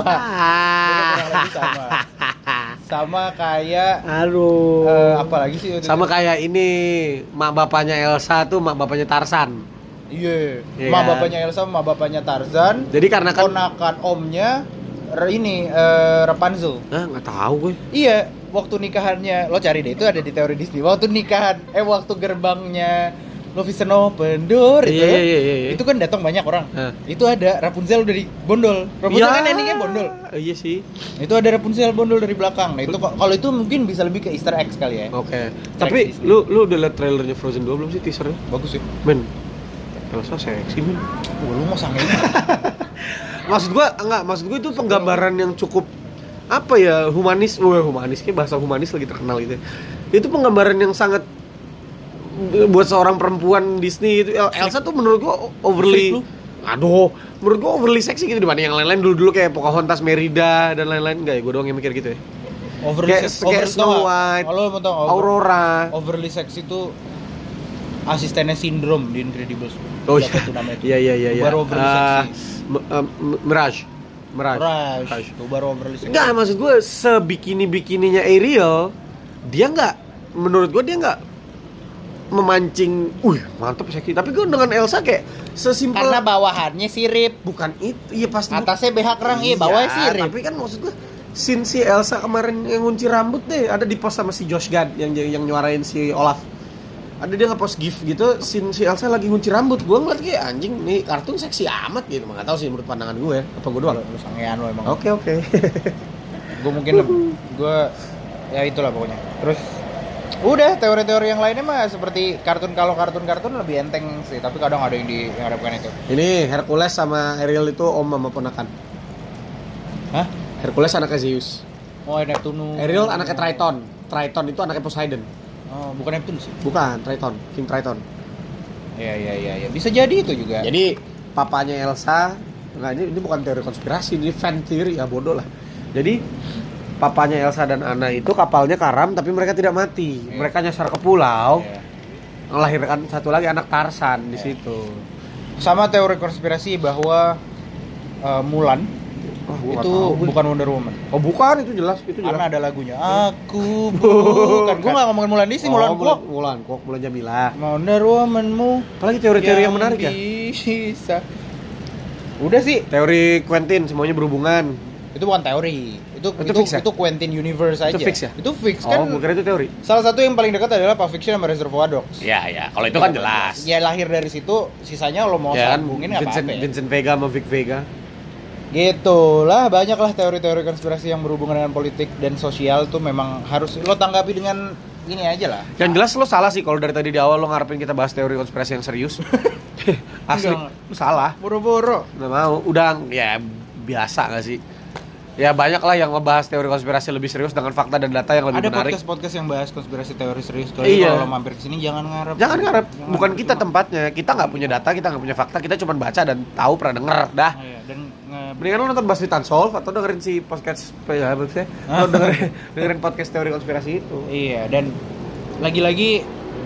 Sama kayak apa lagi sih? Sama kayak ini mak bapaknya Elsa tuh mak bapaknya Tarzan. Iya. Mak bapaknya Elsa, mak bapaknya Tarzan. Jadi karena kan ponakan omnya ini Rapunzel. Nggak tahu gue. Iya, waktu nikahannya lo cari deh, itu ada di teori Disney. Waktu waktu gerbangnya Love is an Open Door itu. Iya. Itu kan datang banyak orang. Itu ada Rapunzel udah di bondol. Rapunzel kan endingnya bondol. Iya sih. Itu ada Rapunzel bondol dari belakang. Nah, itu kalau itu mungkin bisa lebih ke Easter egg kali ya. Oke. Tapi lu udah liat trailernya Frozen 2 belum sih, teasernya? Bagus sih. Men. Elsa seksi, men. Lu mau sange. Maksud gua itu penggambaran yang cukup apa ya, humanis. Humanis kayak bahasa humanis lagi terkenal gitu. Itu penggambaran yang sangat buat seorang perempuan Disney itu. Elsa tuh menurut gua overly menurut gua overly seksi gitu dibanding yang lain-lain dulu kayak Pocahontas, Merida dan lain-lain. Enggak ya, gua doang yang mikir gitu ya. Kayak Snow White, Aurora. Overly seksi itu asistennya Sindrom di Incredibles. Oh iya. Baru overly seksi. Mirage. Itu baru overly seksi. Enggak, maksud gue sebikini-bikininya Ariel, menurut gue dia nggak memancing, mantap sih. Tapi gue dengan Elsa kayak sesimpel Karena bawahannya sirip, bukan itu, iya pasti atasnya BH kerang, bawahnya sirip. Tapi kan maksud gue, scene si Elsa kemarin yang ngunci rambut deh, ada di post sama si Josh Gad yang nyuarain si Olaf. Ada dia nge-post gif gitu, scene si Elsa lagi ngunci rambut. Gue ngeliat kayak anjing, nih kartun seksi amat gitu. Nggak tahu sih menurut pandangan gue, apa gue doang? Lu sangean lu emang. Oke. Gue mungkin gue ya itulah pokoknya. Terus udah teori-teori yang lainnya mah seperti kartun lebih enteng sih, tapi kadang ada yang diharapkan itu. Ini Hercules sama Ariel itu om sama ponakan. Hah? Hercules anaknya Zeus. Oh, Neptunus. Ariel anaknya Triton. Triton itu anaknya Poseidon. Oh, bukan Neptunus sih. Bukan, Triton, King Triton. Iya. Bisa jadi itu juga. Jadi papanya Elsa, ini bukan teori konspirasi, ini fan theory ya, bodoh lah. Jadi papanya Elsa dan Anna itu kapalnya karam tapi mereka tidak mati. Mereka nyasar ke pulau. Melahirkan satu lagi anak Tarsan di situ. Sama teori konspirasi bahwa Mulan itu bukan Wonder Woman. Oh bukan, itu jelas. Karena ada lagunya. Aku bukan. Gue nggak ngomongin Mulan di sini, Mulan Kwok. Mulan Jamila. Wonder Womanmu. Apalagi teori-teori yang menarik ya. Bisa. Udah sih. Teori Quentin semuanya berhubungan. Itu bukan teori. Itu fix ya? Itu Quentin Universe aja. Itu fix ya? Itu fix kan. Oh, kira itu teori. Salah satu yang paling dekat adalah Pulp Fiction sama Reservoir Dogs. Ya. Kalau itu kan jelas. Ya lahir dari situ, sisanya lo mau Ya, sambungin nggak apa-apa ya. Vincent Vega sama Vic Vega. Gitulah, banyaklah teori-teori konspirasi yang berhubungan dengan politik dan sosial tuh memang harus lo tanggapi dengan gini aja lah. Yang jelas lo salah sih kalau dari tadi di awal lo ngarepin kita bahas teori konspirasi yang serius. Asli, lo salah. Boro-boro. Nggak mau, udah ya biasa nggak sih? Ya banyak lah yang ngebahas teori konspirasi lebih serius dengan fakta dan data yang lebih menarik. Ada podcast yang bahas konspirasi teori serius. Iya. Kalau lo mampir ke sini jangan ngarep. Jangan ngarep. Bukan kita tempatnya. Kita nggak punya data, kita nggak punya fakta. Kita cuma baca dan tahu, pernah denger. Dah. Iya, dan mendingan lo nonton BuzzFeed Unsolved atau dengerin si podcast atau dengerin podcast teori konspirasi itu. Iya, dan lagi-lagi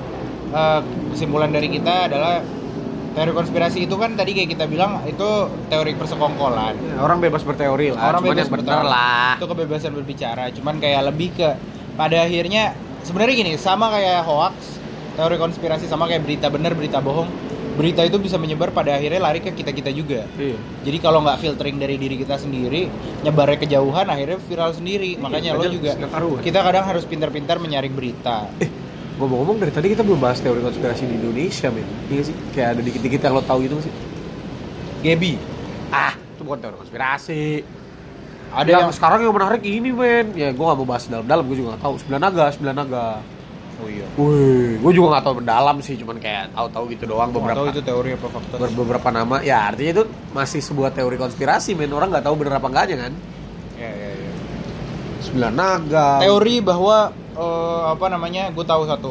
kesimpulan dari kita adalah teori konspirasi itu kan tadi kayak kita bilang itu teori persekongkolan. Ya, orang bebas berteori lah. Orang bebas bener lah. Itu kebebasan berbicara. Cuman kayak lebih ke pada akhirnya sebenarnya gini, sama kayak hoax, teori konspirasi sama kayak berita benar, berita bohong. Berita itu bisa menyebar pada akhirnya lari ke kita-kita juga. Iya. Jadi kalau nggak filtering dari diri kita sendiri, nyebarnya kejauhan akhirnya viral sendiri. Makanya lo juga kita kadang harus pintar-pintar menyaring berita. Ngomong-ngomong dari tadi kita belum bahas teori konspirasi di Indonesia, men. Iya sih, kayak ada dikit-dikit yang lo tahu gitu sih. Gebi. Itu bukan teori konspirasi. Ada yang sekarang yang menarik ini, men. Ya, gue nggak mau bahas dalam-dalam, gue juga nggak tahu. Sembilan naga. Oh iya. Wih, gue juga nggak tahu mendalam sih, cuman kayak tahu-tahu gitu doang beberapa. Tahu itu teori apa fakta? Beberapa nama, ya artinya itu masih sebuah teori konspirasi, men. Orang nggak tahu bener apa enggaknya kan. Iya. Sembilan naga. Teori bahwa gue tahu satu.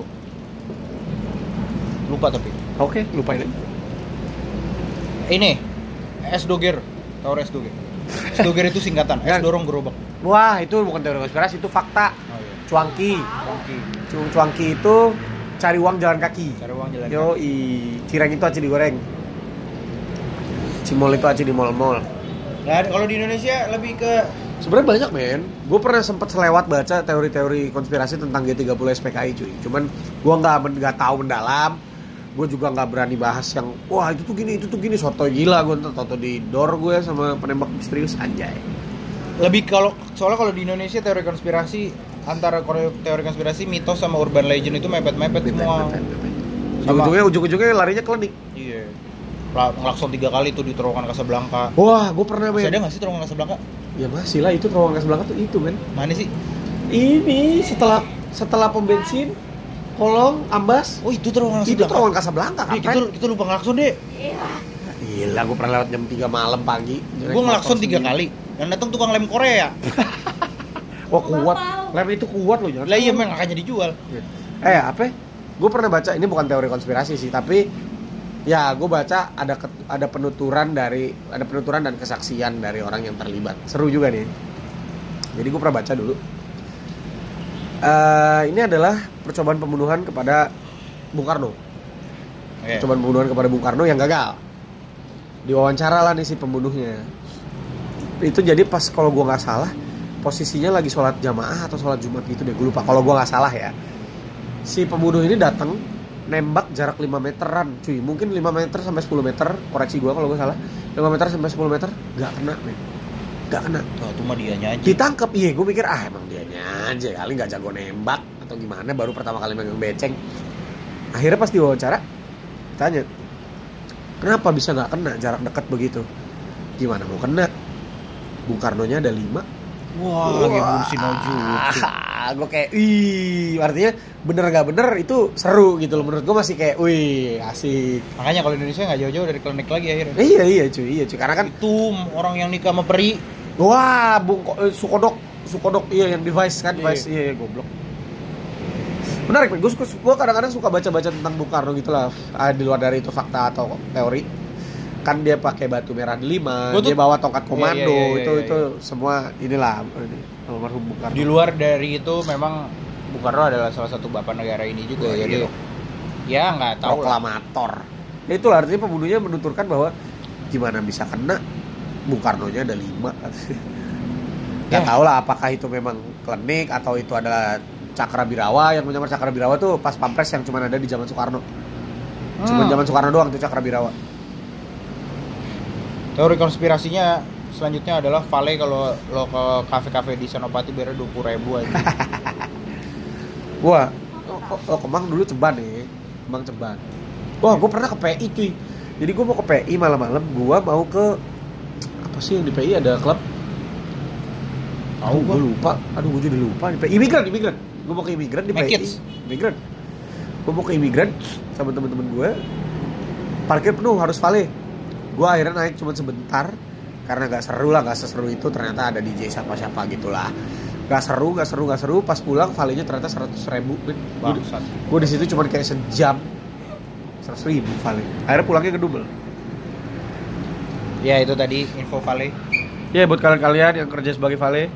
Lupa tapi. Oke, lupain aja. Ini S Doger. Teori S Doger. S Doger itu singkatan. S dorong gerobak. Wah, itu bukan teori konspirasi, itu fakta. Oh iya. Cuanki itu cari uang jalan kaki. Yoi, cireng itu aci digoreng. Cimol itu aci di mall-mall. Nah, kalau di Indonesia lebih ke sebenarnya banyak, men. Gue pernah sempat selewat baca teori-teori konspirasi tentang G30 SPKI, cuy. Cuman gue nggak tahu mendalam. Gue juga nggak berani bahas yang wah itu tuh gini sotoy gila. Gue nonton di door gue sama penembak misterius, anjay. Lebih soalnya kalau di Indonesia teori konspirasi antara teori konspirasi mitos sama urban legend itu mepet-mepet semua. Ujung-ujungnya larinya klinik. Iya. Ngelakson 3 kali tuh di terowongan Casablanca. Wah, gue pernah, men. Masih ada nggak sih terowongan Casablanca? Ya masih lah, itu terowongan Casablanca tuh itu, men. Mana sih? Ini setelah pom bensin, kolong, ambas. Oh, itu terowongan Casablanca. Itu terowongan Casablanca kan? Kita lupa ngelakson deh. Gila, gue pernah lewat jam 3 malam pagi. Gue ngelakson 3 kali. Yang datang tukang lem Korea. Wah, kuat. Lem itu kuat loh, jangan. Lah iya, memang makanya dijual. Apa? Gue pernah baca, ini bukan teori konspirasi sih, tapi ya gue baca ada penuturan dan kesaksian dari orang yang terlibat. Seru juga nih. Jadi gue pernah baca dulu. Ini adalah percobaan pembunuhan kepada Bung Karno. Percobaan pembunuhan kepada Bung Karno yang gagal. Diwawancara lah nih si pembunuhnya. Itu jadi pas kalau gue nggak salah posisinya lagi sholat jamaah atau sholat Jumat gitu deh, gue lupa. Kalau gue nggak salah ya, si pembunuh ini datang nembak jarak 5 meteran, cuy. Mungkin 5 meter sampai 10 meter, koreksi gua kalau gua salah. 5 meter sampai 10 meter enggak kena, men. Enggak kena. Oh, itu mah dianya aja. Ditangkap, iya, gua mikir emang dianya aja kali enggak jago nembak atau gimana, baru pertama kali megang beceng. Akhirnya pas diwawancara tanya, kenapa bisa nggak kena jarak dekat begitu? Gimana mau kena? Bung Karno-nya ada 5. Wah, lagi fungsi nojutsu. Gue kayak, wih, artinya bener nggak bener itu seru gitu loh. Menurut gue masih kayak, wih, asik. Makanya kalau Indonesia nggak jauh-jauh dari klinik lagi akhirnya. Iya cuy. Karena kan Itu orang yang nikah sama peri. wah, Sukodok, iya yang device kan, device, iya goblok. Menarik, gue kadang-kadang suka baca-baca tentang Bung Karno gitu lah. Di luar dari itu fakta atau teori. Kan dia pakai batu merah delima, dia bawa tongkat komando, itu semua inilah almarhum Bung Karno. Di luar dari itu memang Bung Karno adalah salah satu bapak negara ini juga. Jadi ya nggak tahu lah. Proklamator. Ya itulah artinya pembunuhnya menuturkan bahwa gimana bisa kena, Bung Karno-nya ada 5. Nggak tahu lah apakah itu memang klinik atau itu adalah Cakra-Birawa. Yang menyamar Cakra-Birawa tuh pas pampres yang cuma ada di zaman Soekarno. Cuma zaman Soekarno doang tuh Cakra-Birawa. Teori konspirasinya selanjutnya adalah Vale kalau lo ke kafe-kafe di Senopati bayar 20.000 aja. Wah, Kemang dulu Ceban nih, Kemang Ceban. Wah, gue pernah ke PI cuy. Jadi gue mau ke PI malam-malam, gue mau ke apa sih yang di PI ada klub? Tahu gue lupa. Aduh, gue jadi lupa di PI. Imigran. Gue mau ke imigran di PI. Imigran. Gue mau ke imigran sama temen-temen gue. Parkir penuh harus Vale. Gue akhirnya naik cuma sebentar karena gak seseru itu, ternyata ada DJ siapa gitulah. Gak seru. Pas pulang valenya ternyata 100.000. Gue di situ cuma kayak sejam 100.000 vale. Akhirnya pulangnya ke double. Ya itu tadi info Vale. Ya buat kalian yang kerja sebagai vale.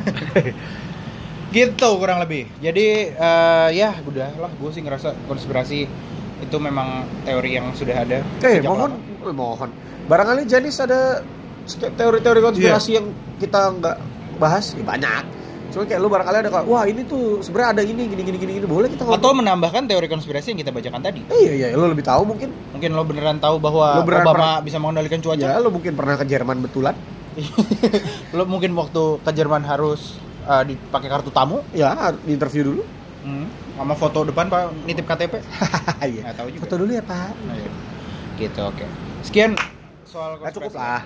Gitu kurang lebih. Jadi ya udah lah, gue sih ngerasa konspirasi itu memang teori yang sudah ada. Mohon. Barangkali Janis ada teori-teori konspirasi yang kita nggak bahas, ya banyak. Cuma kayak lu barangkali ada, wah ini tuh sebenarnya ada ini gini, boleh kita ngomong. Atau menambahkan teori konspirasi yang kita bacakan tadi. Iya, lu lebih tahu mungkin. Mungkin lo beneran tahu bahwa Obama bisa mengendalikan cuaca. Ya, lu mungkin pernah ke Jerman betulan. Lo mungkin waktu ke Jerman harus dipakai kartu tamu. Ya, di interview dulu. Sama foto depan Pak, nitip KTP. Iya. Nggak tahu juga. Foto dulu ya Pak. Iya. Gitu, oke. Sekian soal konspirasi. Cukup lah.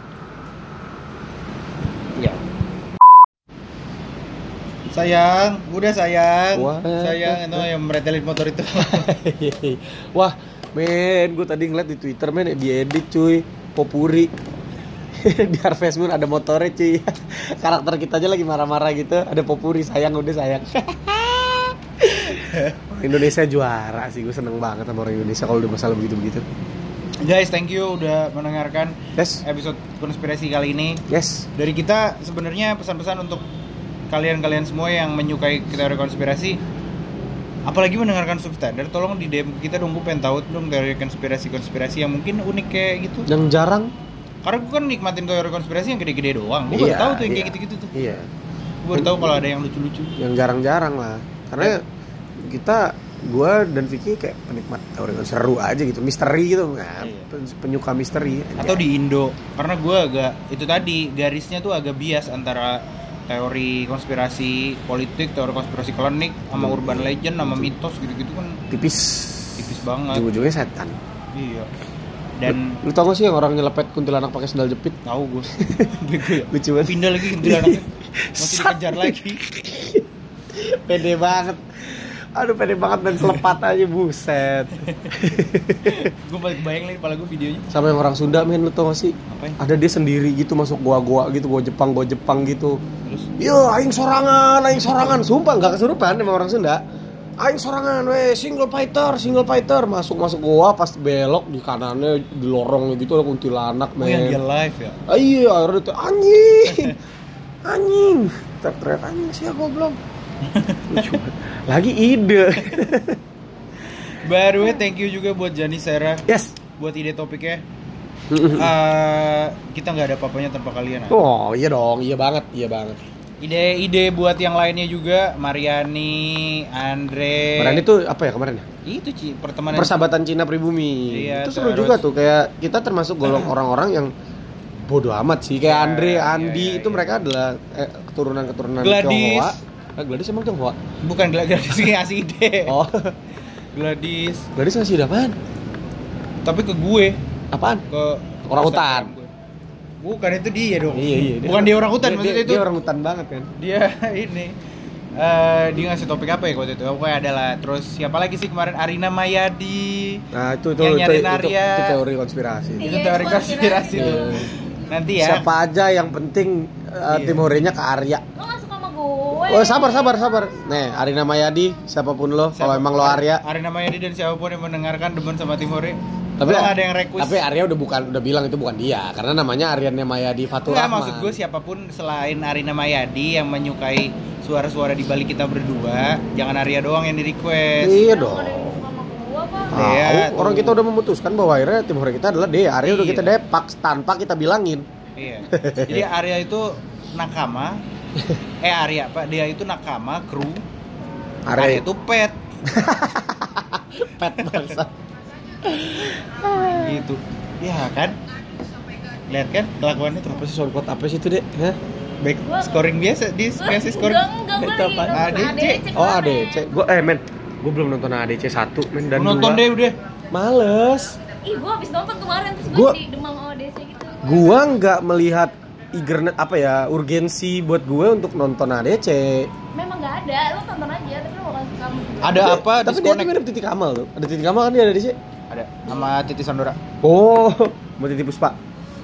Iya. Sayang, udah sayang. Wah. Sayang, itu yang meretelin motor itu. Wah, men, gue tadi ngeliat di Twitter, men, diedit cuy, Popuri. Di Harvest Moon ada motornya cuy. Karakter kita aja lagi marah-marah gitu, ada Popuri, sayang, udah sayang. Indonesia juara sih, gue seneng banget sama orang Indonesia kalau udah masalah begitu-begitu. Guys, thank you udah mendengarkan episode konspirasi kali ini. Dari kita sebenarnya pesan-pesan untuk kalian semua yang menyukai teori konspirasi, apalagi mendengarkan substandard, tolong di DM kita dong, gue pengen tahu dong teori konspirasi yang mungkin unik kayak gitu. Yang jarang. Karena gue kan nikmatin teori konspirasi yang gede-gede doang. Gue baru tahu tuh yang kayak gitu-gitu tuh. Iya. Gue baru tahu kalau ada yang lucu-lucu. Yang jarang-jarang lah. Karena gue dan Vicky kayak penikmat teori seru aja gitu, misteri gitu, penyuka misteri. Atau di Indo, karena gue agak itu tadi garisnya tuh agak bias antara teori konspirasi politik, teori konspirasi klinik, sama urban legend, sama mitos gitu-gitu kan tipis banget. Ujung-ujungnya setan. Iya. Dan lu tau gak sih yang orang nyelepet kuntilanak pakai sendal jepit? Tahu gue. Bego ya. Lucu banget. Pindah lagi kuntilanaknya. Masih dikejar lagi. Pede banget. Aduh, pede banget dan selepat aja, buset. Gue balik kebayang lagi kepala gue videonya. Sama yang orang Sunda, men, lu tau gak sih? Apain? Ada dia sendiri gitu masuk goa-goa gitu, goa Jepang gitu. Terus? Yo, aing sorangan. Sumpah gak kesurupan sama orang Sunda. Aing sorangan, single fighter. Masuk goa, pas belok di kanannya, di lorongnya gitu ada kuntilanak, men. Oh, yang dia live ya? Iya, akhirnya tuh anjing. Teriak anjing sih ya goblok. Lagi ide. Baru thank you juga buat Jani Sarah. Buat ide topiknya. Kita nggak ada apa-apanya tanpa kalian. Oh iya dong, iya banget. Ide-ide buat yang lainnya juga, Mariani, Andre. Kemarin itu apa ya kemarin ya? Itu pertemanan. Persahabatan Cina Pribumi. Iya, Itu seru terus- juga tuh, kayak kita termasuk golong orang-orang yang bodoh amat sih. Kayak Iya, Andre, iya, Andi iya, itu iya. mereka adalah keturunan Gladys. Tionghoa. Gladys emang Tionghoa? Bukan Gladys ngasih ide. Oh, Gladys. Gladys ngasih ide apaan? Tapi ke gue, Apaan? ke Orang hutan. gue. Bukan, itu dia dong. Iya. Bukan dia orang hutan, maksudnya itu. Dia orang hutan banget kan. Dia ini dia ngasih topik apa ya waktu itu? Pokoknya adalah terus siapa lagi sih kemarin, Arina Mayadi. Nah, itu Yang nyariin Arya. itu teori konspirasi. Iya, Itu teori konspirasi konspirasi. tuh. Nanti ya. Siapa aja yang penting Iya. tim horenya ke Arya. Lo gak suka sama gue? Oh, sabar. Nih, Arina Mayadi, siapapun lo, kalau emang lo Arya. Arina Mayadi dan siapapun yang mendengarkan demen sama Timore. Tapi Kalau ada yang request. Tapi Arya udah bilang itu bukan dia, karena namanya Aryana Mayadi Fatur Enggak, Rahman. maksud gue siapapun selain Arina Mayadi yang menyukai suara-suara di balik kita berdua, jangan Arya doang yang di request. Iya Lo dong. gak ada yang suka sama gue apa? Iya, Tahu, tuh. orang kita udah memutuskan bahwa akhirnya tim hore kita adalah dia. Arya udah Iya. kita depak tanpa kita bilangin. Iya. Jadi Arya itu nakama. Arya, Pak, dia itu nakama, kru. Arya itu pet. pet bangsa. Gitu. Ya kan? Lihat kan kelakuannya tuh. Apa sih soundcloud apa sih itu, Dek? Hah? Back scoring biasa di kasih scoring. Enggak, gue Itu lagi apa? nonton ADC. Oh, ADC. Gua belum nonton ADC 1, men, dan Nonton 2. deh udah. Males. Ih, gue habis nonton kemarin terus gue Gua- jadi demam ODC gitu. Gua nggak melihat urgensi buat gue untuk nonton ADC. Memang gak ada, lo tonton aja tapi lo gak suka sama gue. Ada apa? Tapi dia tuh Disconnect. mirip Titi Kamal tuh. Ada Titi Kamal kan dia ada di sini. Ada sama Titi Sandora. Oh, mau Titi Puspa.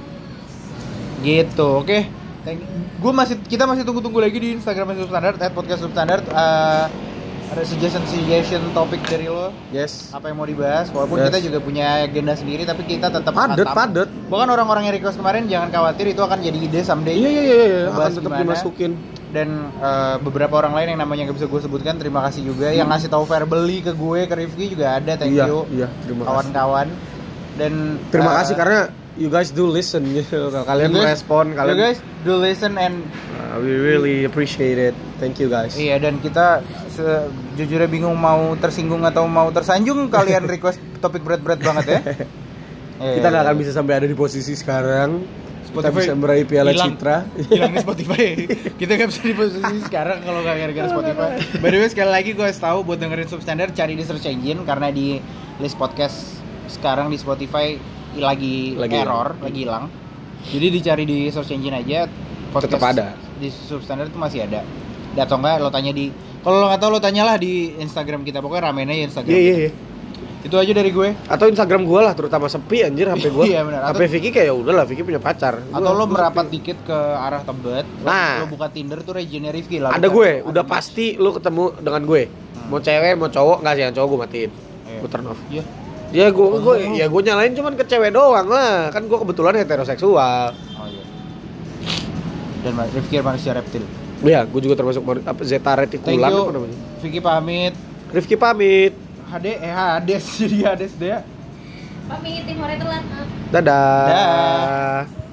Gitu, oke. Kita masih tunggu-tunggu lagi di Instagram Substandard @podcast Substandard. Ada suggestion topik dari lo. Yes. Apa yang mau dibahas? Walaupun Yes. kita juga punya agenda sendiri, tapi kita tetap Padet. Bahkan orang-orang yang request kemarin jangan khawatir, itu akan jadi ide someday. Iya. Ngebahas Akan tetap gimana. dimasukin. Dan beberapa orang lain yang namanya nggak bisa gue sebutkan, terima kasih juga. Yang ngasih tahu verbally ke gue, ke Rifki juga ada. Thank you. Iya, terima kasih. Kawan-kawan. Dan Terima kasih karena you guys do listen gitu. Kalian you guys- merespon, you kalian guys do listen and we really appreciate it. Thank you guys. iya, dan kita sejujurnya bingung mau tersinggung atau mau tersanjung. Kalian request topik berat-berat banget ya. Kita nggak akan bisa sampai ada di posisi sekarang. Kita Spotify bisa meraih Piala hilang. Citra. Hilang di Spotify. Kita nggak bisa di posisi sekarang kalau nggak gara-gara Spotify. By the way, sekali lagi gue harus tahu buat dengerin Substandard, cari di search engine karena di list podcast sekarang di Spotify lagi error, lagi hilang. Jadi dicari di search engine aja. Podcast Tetap ada. Di Substandard itu masih ada. Atau enggak lo tanya di, kalau lo nggak tahu lo tanyalah di Instagram kita. Pokoknya ramen aja Instagram. Iya. Itu aja dari gue. Atau Instagram gua lah, terutama sepi anjir HP gua. Iya, benar. HP Vicky kayak ya udahlah, Vicky punya pacar. Atau lo Gua merapat sepi. dikit ke arah Tebet. Nah. Lo buka Tinder tuh Regina Rifki lah. Ada gue, udah pasti lu ketemu dengan gue. Mau cewek, mau cowok, enggak sih yang cowok gue matiin. Iya. Gue turn off. Iya. Ya gue nyalain cuman ke cewek doang lah. Kan gue kebetulan heteroseksual. Oh iya. Dan Rifki manusia reptil. Iya, gue juga termasuk Zeta Thank Reticulan you. apa namanya. Vicky pamit. Rifki pamit. Hades jadi Hades deh. Pamit, tim hore telat. Dadah. Dah.